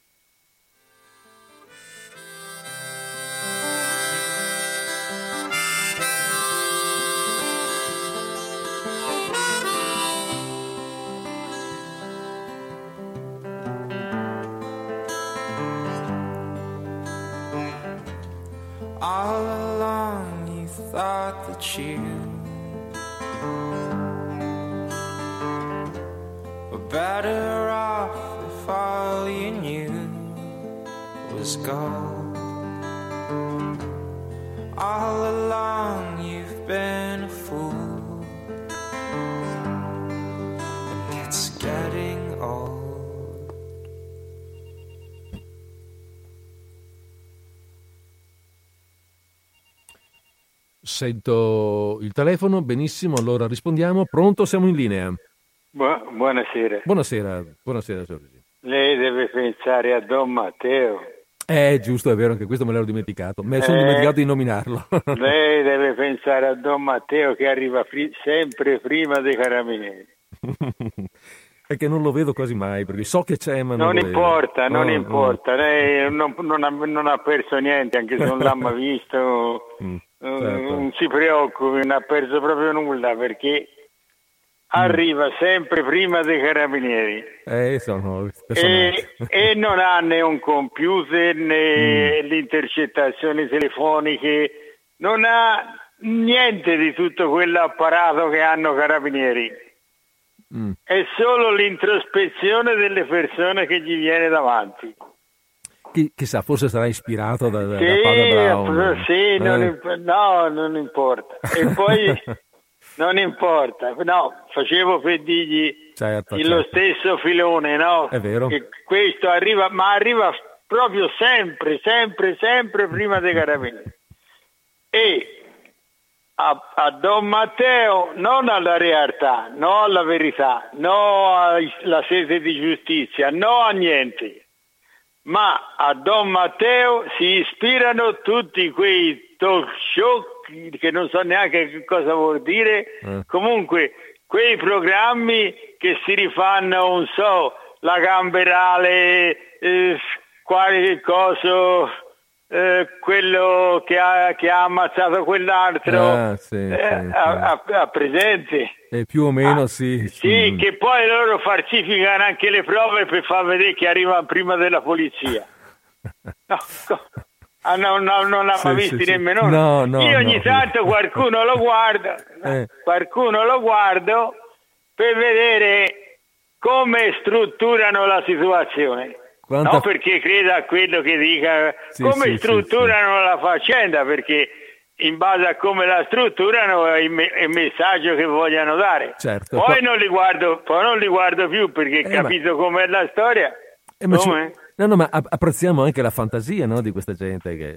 All along you thought that you were better off if all you knew was gold. All along you've been a fool, and it's getting old. Sento il telefono, benissimo, allora rispondiamo. Pronto, siamo in linea. Bu- buonasera. Buonasera, buonasera. Lei deve pensare a Don Matteo. Eh, giusto, è vero, anche questo me l'ero dimenticato. Me sono Eh. dimenticato di nominarlo. Lei deve pensare a Don Matteo che arriva fri- sempre prima dei carabinieri. È che non lo vedo quasi mai, perché so che c'è, ma non, Non lo vedo. importa, non Oh, importa. Lei non, non ha, non ha perso niente, anche se non l'ha mai visto. Mm, eh, certo. Non si preoccupi, non ha perso proprio nulla, perché arriva sempre prima dei carabinieri. Eh, sono E, personaggi. e non ha né un computer né le intercettazioni telefoniche, non ha niente di tutto quell'apparato che hanno carabinieri. Mm. È solo l'introspezione delle persone che gli viene davanti. Chi- chissà, forse sarà ispirato da, da, Sì, da Padre Brown. sì, non Eh. imp- no, non importa. E poi non importa, no, facevo per dirgli Certo, lo certo. stesso filone, no? È vero. Che questo arriva, ma arriva proprio sempre, sempre, sempre prima dei carabinieri. E a, a Don Matteo, non alla realtà, no alla verità, no alla sete di giustizia, no a niente, ma a Don Matteo si ispirano tutti quei talk show che non so neanche che cosa vuol dire, Eh. comunque quei programmi che si rifanno, non so, la Gamberale, eh, quale coso, eh, quello che ha, che ha ammazzato quell'altro, Ah, sì, eh, sì, ha, ha- ha presente? Eh, più o meno Ah, sì. Sì, Mm. che poi loro falsificano anche le prove per far vedere che arriva prima della polizia. No, co- ah, no, no, non l'ha Sì, mai sì, visti sì. nemmeno. No, no, Io ogni no. tanto qualcuno lo guardo, Eh. qualcuno lo guardo per vedere come strutturano la situazione. Quanta- No, perché credo a quello che dica, Sì, come sì, sì, strutturano la faccenda, perché in base a come la strutturano è il, me- è il messaggio che vogliono dare. Certo. Poi Qua- non li guardo, poi non li guardo più perché Eh, capito com'è la storia. Eh, ma ci- Come? No, no, ma app- apprezziamo anche la fantasia, no, di questa gente che...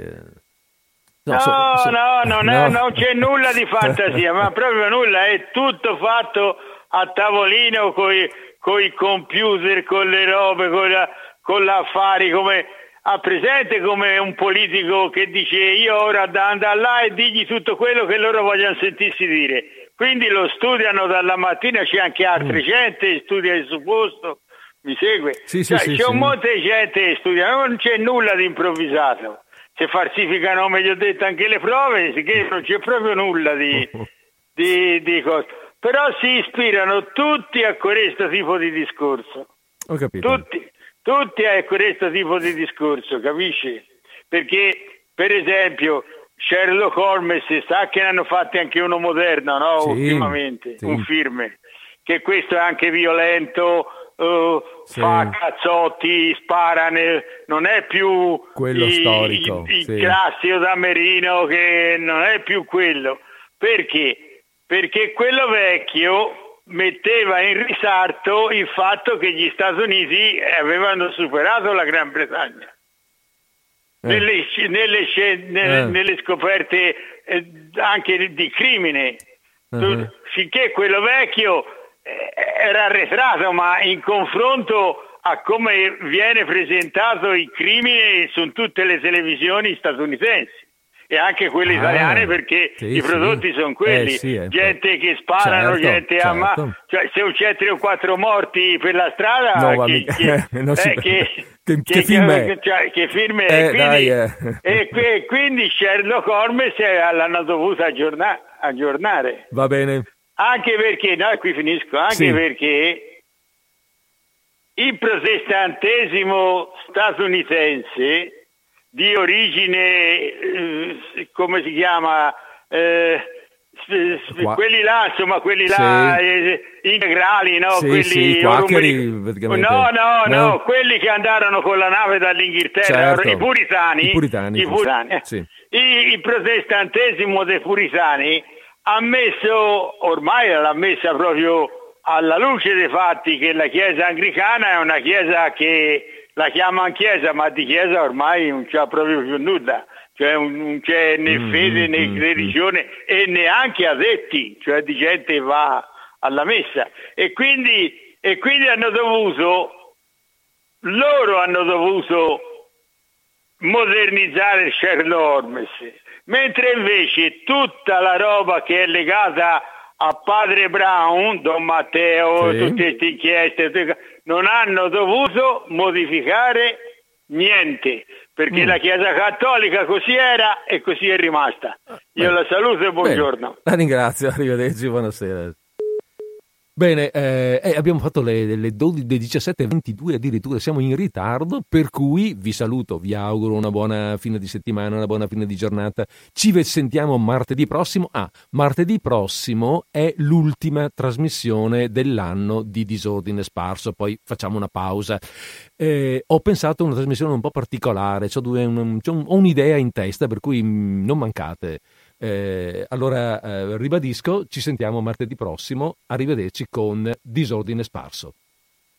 No, so- so- no, non, è- no. non c'è nulla di fantasia, ma proprio nulla, è tutto fatto a tavolino con i computer, con le robe, con, la, con l'affari, come ha presente come un politico che dice io ora da andare là e digli tutto quello che loro vogliono sentirsi dire. Quindi lo studiano dalla mattina, c'è anche altra Mm. gente, studia il supposto, mi segue? Sì, sì, Cioè, sì, c'è sì. un monte di gente che studia, non c'è nulla di improvvisato. Se falsificano, meglio detto, anche le prove, che non c'è proprio nulla di, di, di cose. Però si ispirano tutti a questo tipo di discorso. Ho capito. Tutti, tutti a questo tipo di discorso, capisci? Perché, per esempio, Sherlock Holmes, sa che ne hanno fatti anche uno moderno, no? Sì, Ultimamente, sì. un film, che questo è anche violento, eh, Sì. fa cazzotti, spara, nel- non è più Quello i- storico, il, il sì. classico Damerino, che non è più quello. Perché? Perché quello vecchio metteva in risalto il fatto che gli Stati Uniti avevano superato la Gran Bretagna. Eh. Nelle, sci- nelle, sci- nelle- Eh. nelle scoperte eh, anche di, di crimine. Tu- Uh-huh. Finché quello vecchio eh, era arretrato, ma in confronto a come viene presentato il crimine su tutte le televisioni statunitensi e anche quelle Ah, italiane, perché sì, i sì. prodotti sono quelli, Eh, sì, eh, gente che sparano, certo, gente certo. amma- cioè se non c'è tre o quattro morti per la strada, No, va che, mica. che, Non si- eh, che, che- che film è? che- cioè, che film è? Eh, quindi, dai, eh. e que- quindi Sherlock Holmes eh, l'hanno dovuto aggiorna- aggiornare. Va bene. Anche perché, no, qui finisco, anche Sì. perché il protestantesimo statunitense di origine, eh, come si chiama, eh, s- s- Qua- quelli là, insomma, quelli là Sì. eh, integrali, no? Sì, quelli sì, i quaccheri, ormoni- praticamente. no, no, no, No? quelli che andarono con la nave dall'Inghilterra, Certo. i puritani, I puritani, i sì. puritani. Sì. Il, il protestantesimo dei puritani ha messo, ormai l'ha messa proprio alla luce dei fatti, che la chiesa anglicana è una chiesa che la chiamano chiesa, ma di chiesa ormai non c'è proprio più nulla, cioè non c'è né Mm, fede né mm, religione e neanche adepti, cioè di gente che va alla messa, e quindi, e quindi hanno dovuto, loro hanno dovuto modernizzare il Sherlock Holmes, mentre invece tutta la roba che è legata a padre Brown, Don Matteo, sì. tutte queste inchieste, non hanno dovuto modificare niente, perché mm. la Chiesa Cattolica così era e così è rimasta. Io Beh. la saluto e buongiorno. Bene. La ringrazio, arrivederci, buonasera. Bene, eh, eh, abbiamo fatto le, le, dodici, le diciassette e ventidue addirittura, siamo in ritardo, per cui vi saluto, vi auguro una buona fine di settimana, una buona fine di giornata. Ci sentiamo martedì prossimo. Ah, martedì prossimo è l'ultima trasmissione dell'anno di Disordine Sparso, poi facciamo una pausa. Eh, ho pensato a una trasmissione un po' particolare, c'ho, due, un, c'ho un, ho un'idea in testa, per cui mh, non mancate. Eh, allora eh, ribadisco, ci sentiamo martedì prossimo, arrivederci con Disordine Sparso.